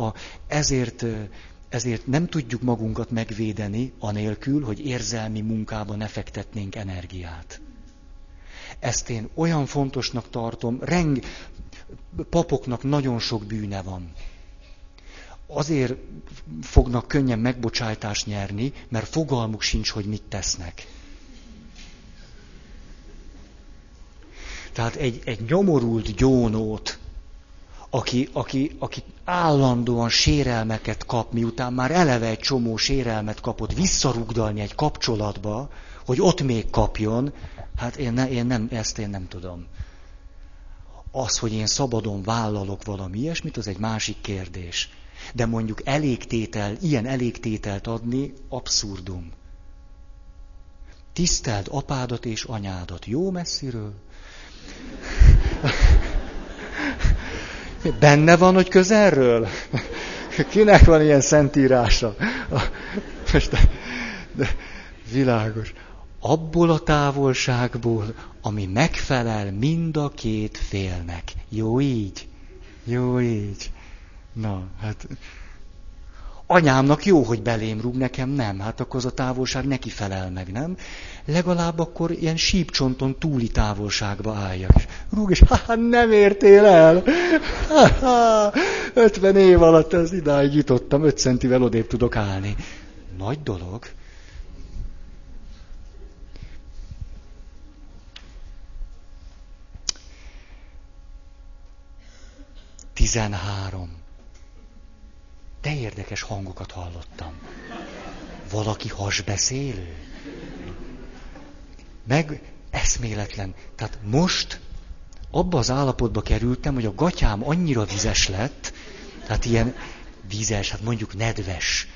Ezért nem tudjuk magunkat megvédeni, anélkül, hogy érzelmi munkába ne fektetnénk energiát. Ezt én olyan fontosnak tartom, papoknak nagyon sok bűne van. Azért fognak könnyen megbocsájtást nyerni, mert fogalmuk sincs, hogy mit tesznek. Tehát egy nyomorult gyónót, aki állandóan sérelmeket kap, miután már eleve egy csomó sérelmet kapott, visszarugdalni egy kapcsolatba, hogy ott még kapjon, hát ezt én nem tudom. Az, hogy én szabadon vállalok valami ilyesmit, az egy másik kérdés. De mondjuk ilyen elégtételt adni abszurdum. Tiszteld apádat és anyádat. Jó messziről? Benne van, hogy közelről? Kinek van ilyen szentírása? De világos. Abból a távolságból, ami megfelel mind a két félnek. Jó így? Jó így. Na, hát... Anyámnak jó, hogy belém rúg, nekem nem. Hát akkor az a távolság neki felel meg, nem? Legalább akkor ilyen sípcsonton túli távolságba álljak. Rúg, és nem értél el. 50 év alatt az idáig jutottam, 5 centivel odébb tudok állni. Nagy dolog. Tizenhárom. De érdekes hangokat hallottam. Valaki hasbeszélő? Meg eszméletlen. Tehát most abba az állapotba kerültem, hogy a gatyám annyira vizes lett, tehát ilyen vizes, hát mondjuk nedves.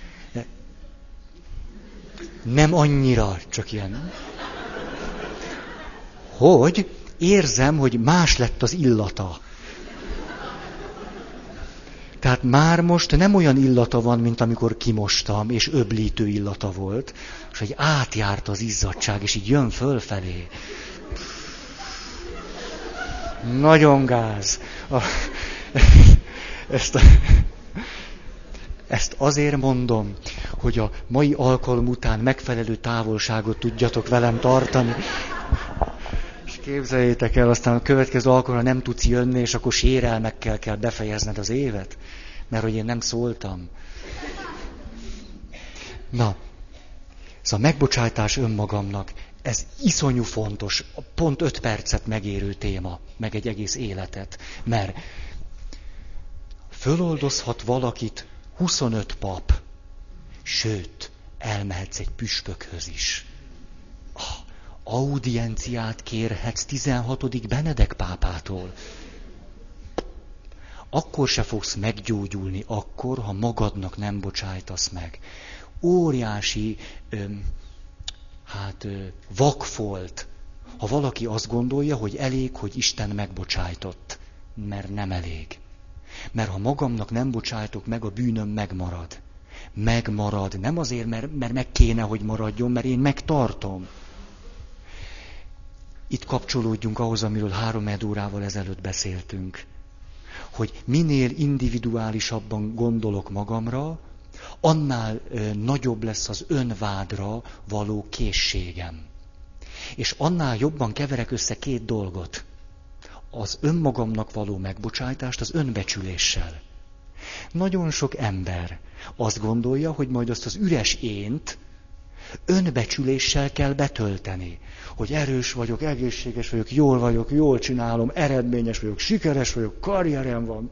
Nem annyira, csak ilyen. Hogy érzem, hogy más lett az illata. Tehát már most nem olyan illata van, mint amikor kimostam, és öblítő illata volt, és hogy átjárt az izzadság, és így jön fölfelé. Nagyon gáz. Ezt azért mondom, hogy a mai alkalom után megfelelő távolságot tudjatok velem tartani. És képzeljétek el, aztán a következő alkalomra nem tudsz jönni, és akkor sérelmekkel kell befejezned az évet, mert hogy én nem szóltam. Na, szóval megbocsátás önmagamnak, ez iszonyú fontos, pont 5 percet megérő téma, meg egy egész életet, mert föloldozhat valakit 25 pap, sőt, elmehetsz egy püspökhöz is. Audienciát kérhetsz 16. Benedek pápától. Akkor se fogsz meggyógyulni akkor, ha magadnak nem bocsájtasz meg. Óriási, vakfolt, ha valaki azt gondolja, hogy elég, hogy Isten megbocsájtott, mert nem elég. Mert ha magamnak nem bocsájtok meg, a bűnöm megmarad. Megmarad. Nem azért, mert meg kéne, hogy maradjon, mert én megtartom. Itt kapcsolódjunk ahhoz, amiről 3 órával ezelőtt beszéltünk. Hogy minél individuálisabban gondolok magamra, annál nagyobb lesz az önvádra való készségem. És annál jobban keverek össze 2 dolgot. Az önmagamnak való megbocsájtást az önbecsüléssel. Nagyon sok ember azt gondolja, hogy majd azt az üres ént önbecsüléssel kell betölteni. Hogy erős vagyok, egészséges vagyok, jól csinálom, eredményes vagyok, sikeres vagyok, karrierem van.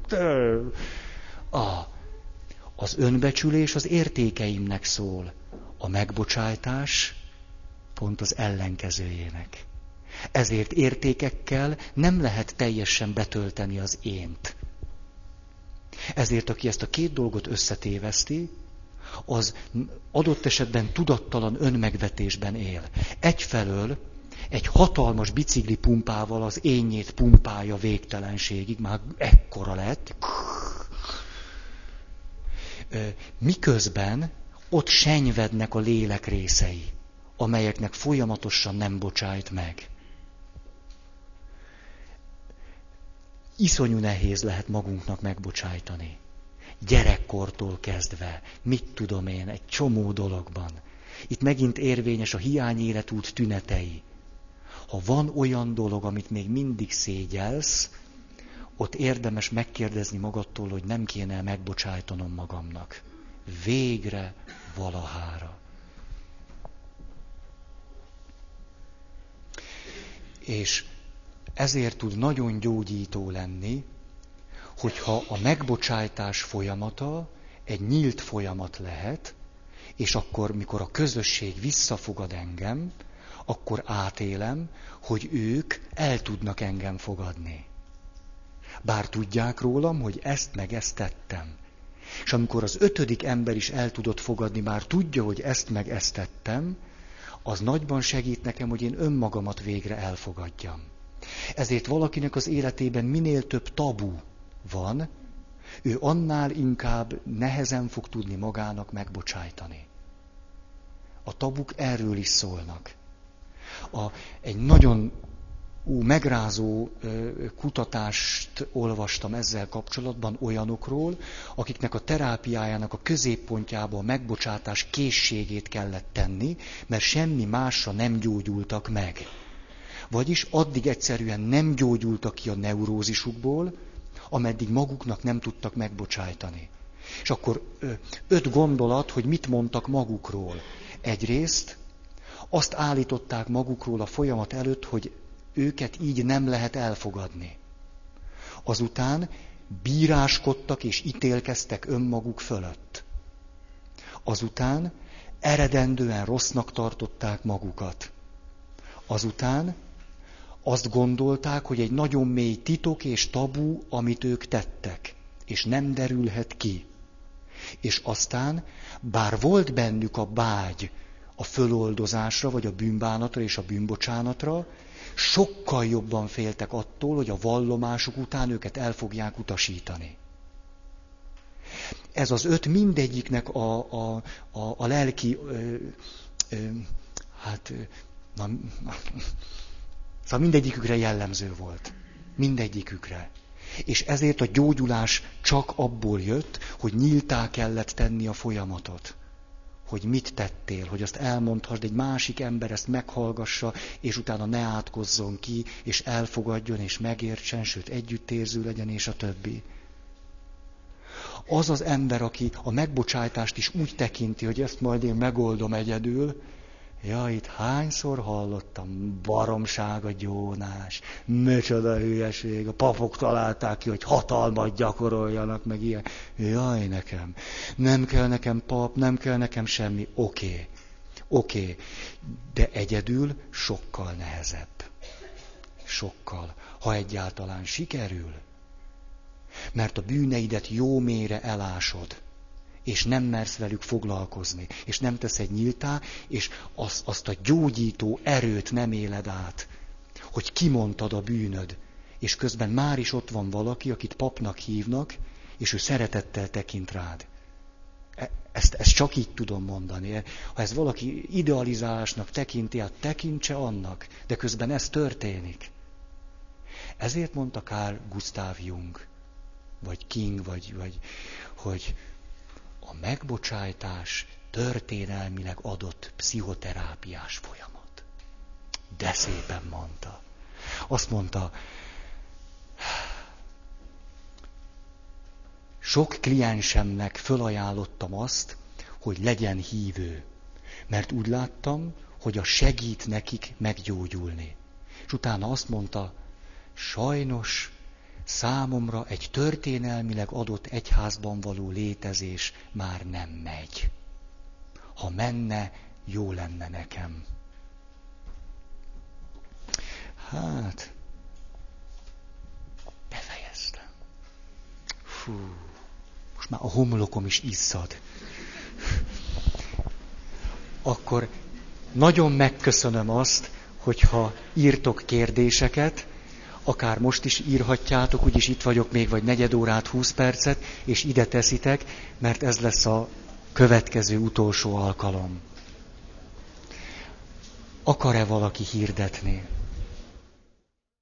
Az önbecsülés az értékeimnek szól. A megbocsájtás pont az ellenkezőjének. Ezért értékekkel nem lehet teljesen betölteni az ént. Ezért aki ezt a 2 dolgot összetéveszti, az adott esetben tudattalan önmegvetésben él. Egyfelől egy hatalmas bicikli pumpával az énjét pumpálja végtelenségig, már ekkora lett. Miközben ott senyvednek a lélek részei, amelyeknek folyamatosan nem bocsájt meg. Iszonyú nehéz lehet magunknak megbocsájtani. Gyerekkortól kezdve, mit tudom én, egy csomó dologban. Itt megint érvényes a hiányéletút tünetei. Ha van olyan dolog, amit még mindig szégyelsz, ott érdemes megkérdezni magadtól, hogy nem kéne megbocsájtanom magamnak. Végre valahára. És ezért tud nagyon gyógyító lenni, hogyha a megbocsájtás folyamata egy nyílt folyamat lehet, és akkor, mikor a közösség visszafogad engem, akkor átélem, hogy ők el tudnak engem fogadni. Bár tudják rólam, hogy ezt meg ezt tettem. És amikor az 5. ember is el tudott fogadni, már tudja, hogy ezt meg ezt tettem, az nagyban segít nekem, hogy én önmagamat végre elfogadjam. Ezért valakinek az életében minél több tabu van, ő annál inkább nehezen fog tudni magának megbocsájtani. A tabuk erről is szólnak. Egy nagyon megrázó kutatást olvastam ezzel kapcsolatban olyanokról, akiknek a terápiájának a középpontjába a megbocsátás készségét kellett tenni, mert semmi másra nem gyógyultak meg. Vagyis addig egyszerűen nem gyógyultak ki a neurózisukból, ameddig maguknak nem tudtak megbocsájtani. És akkor 5 gondolat, hogy mit mondtak magukról. Egyrészt azt állították magukról a folyamat előtt, hogy őket így nem lehet elfogadni. Azután bíráskodtak és ítélkeztek önmaguk fölött. Azután eredendően rossznak tartották magukat. Azután azt gondolták, hogy egy nagyon mély titok és tabu, amit ők tettek, és nem derülhet ki. És aztán, bár volt bennük a vágy a föloldozásra, vagy a bűnbánatra és a bűnbocsánatra, sokkal jobban féltek attól, hogy a vallomásuk után őket el fogják utasítani. Ez az 5 mindegyiknek a lelki, szóval mindegyikükre jellemző volt. Mindegyikükre. És ezért a gyógyulás csak abból jött, hogy nyíltá kellett tenni a folyamatot. Hogy mit tettél, hogy azt elmondhassd, egy másik ember ezt meghallgassa, és utána ne átkozzon ki, és elfogadjon, és megértsen, sőt együttérző legyen, és a többi. Az az ember, aki a megbocsájtást is úgy tekinti, hogy ezt majd én megoldom egyedül, ja, itt hányszor hallottam, baromság a gyónás, micsoda hülyeség, a papok találták ki, hogy hatalmat gyakoroljanak, meg ilyen. Jaj, nekem, nem kell nekem pap, nem kell nekem semmi, oké, de egyedül sokkal nehezebb. Sokkal, ha egyáltalán sikerül. Mert a bűneidet jó mélyre elásod, és nem mersz velük foglalkozni, és nem teszed nyíltá, és azt a gyógyító erőt nem éled át, hogy kimondtad a bűnöd, és közben már is ott van valaki, akit papnak hívnak, és ő szeretettel tekint rád. Ezt csak így tudom mondani. Ha ez valaki idealizálásnak tekinti, hát tekintse annak, de közben ez történik. Ezért mondta Carl Gustav Jung, vagy King, hogy a megbocsájtás történelmileg adott pszichoterápiás folyamat. De szépen mondta. Azt mondta, sok kliensemnek fölajánlottam azt, hogy legyen hívő, mert úgy láttam, hogy a segít nekik meggyógyulni. És utána azt mondta, sajnos számomra egy történelmileg adott egyházban való létezés már nem megy. Ha menne, jó lenne nekem. Hát, befejeztem. Most már a homlokom is izzad. Akkor nagyon megköszönöm azt, hogyha írtok kérdéseket, akár most is írhatjátok, úgyis itt vagyok még vagy negyed órát, 20 percet, és ide teszitek, mert ez lesz a következő utolsó alkalom. Akar-e valaki hirdetni?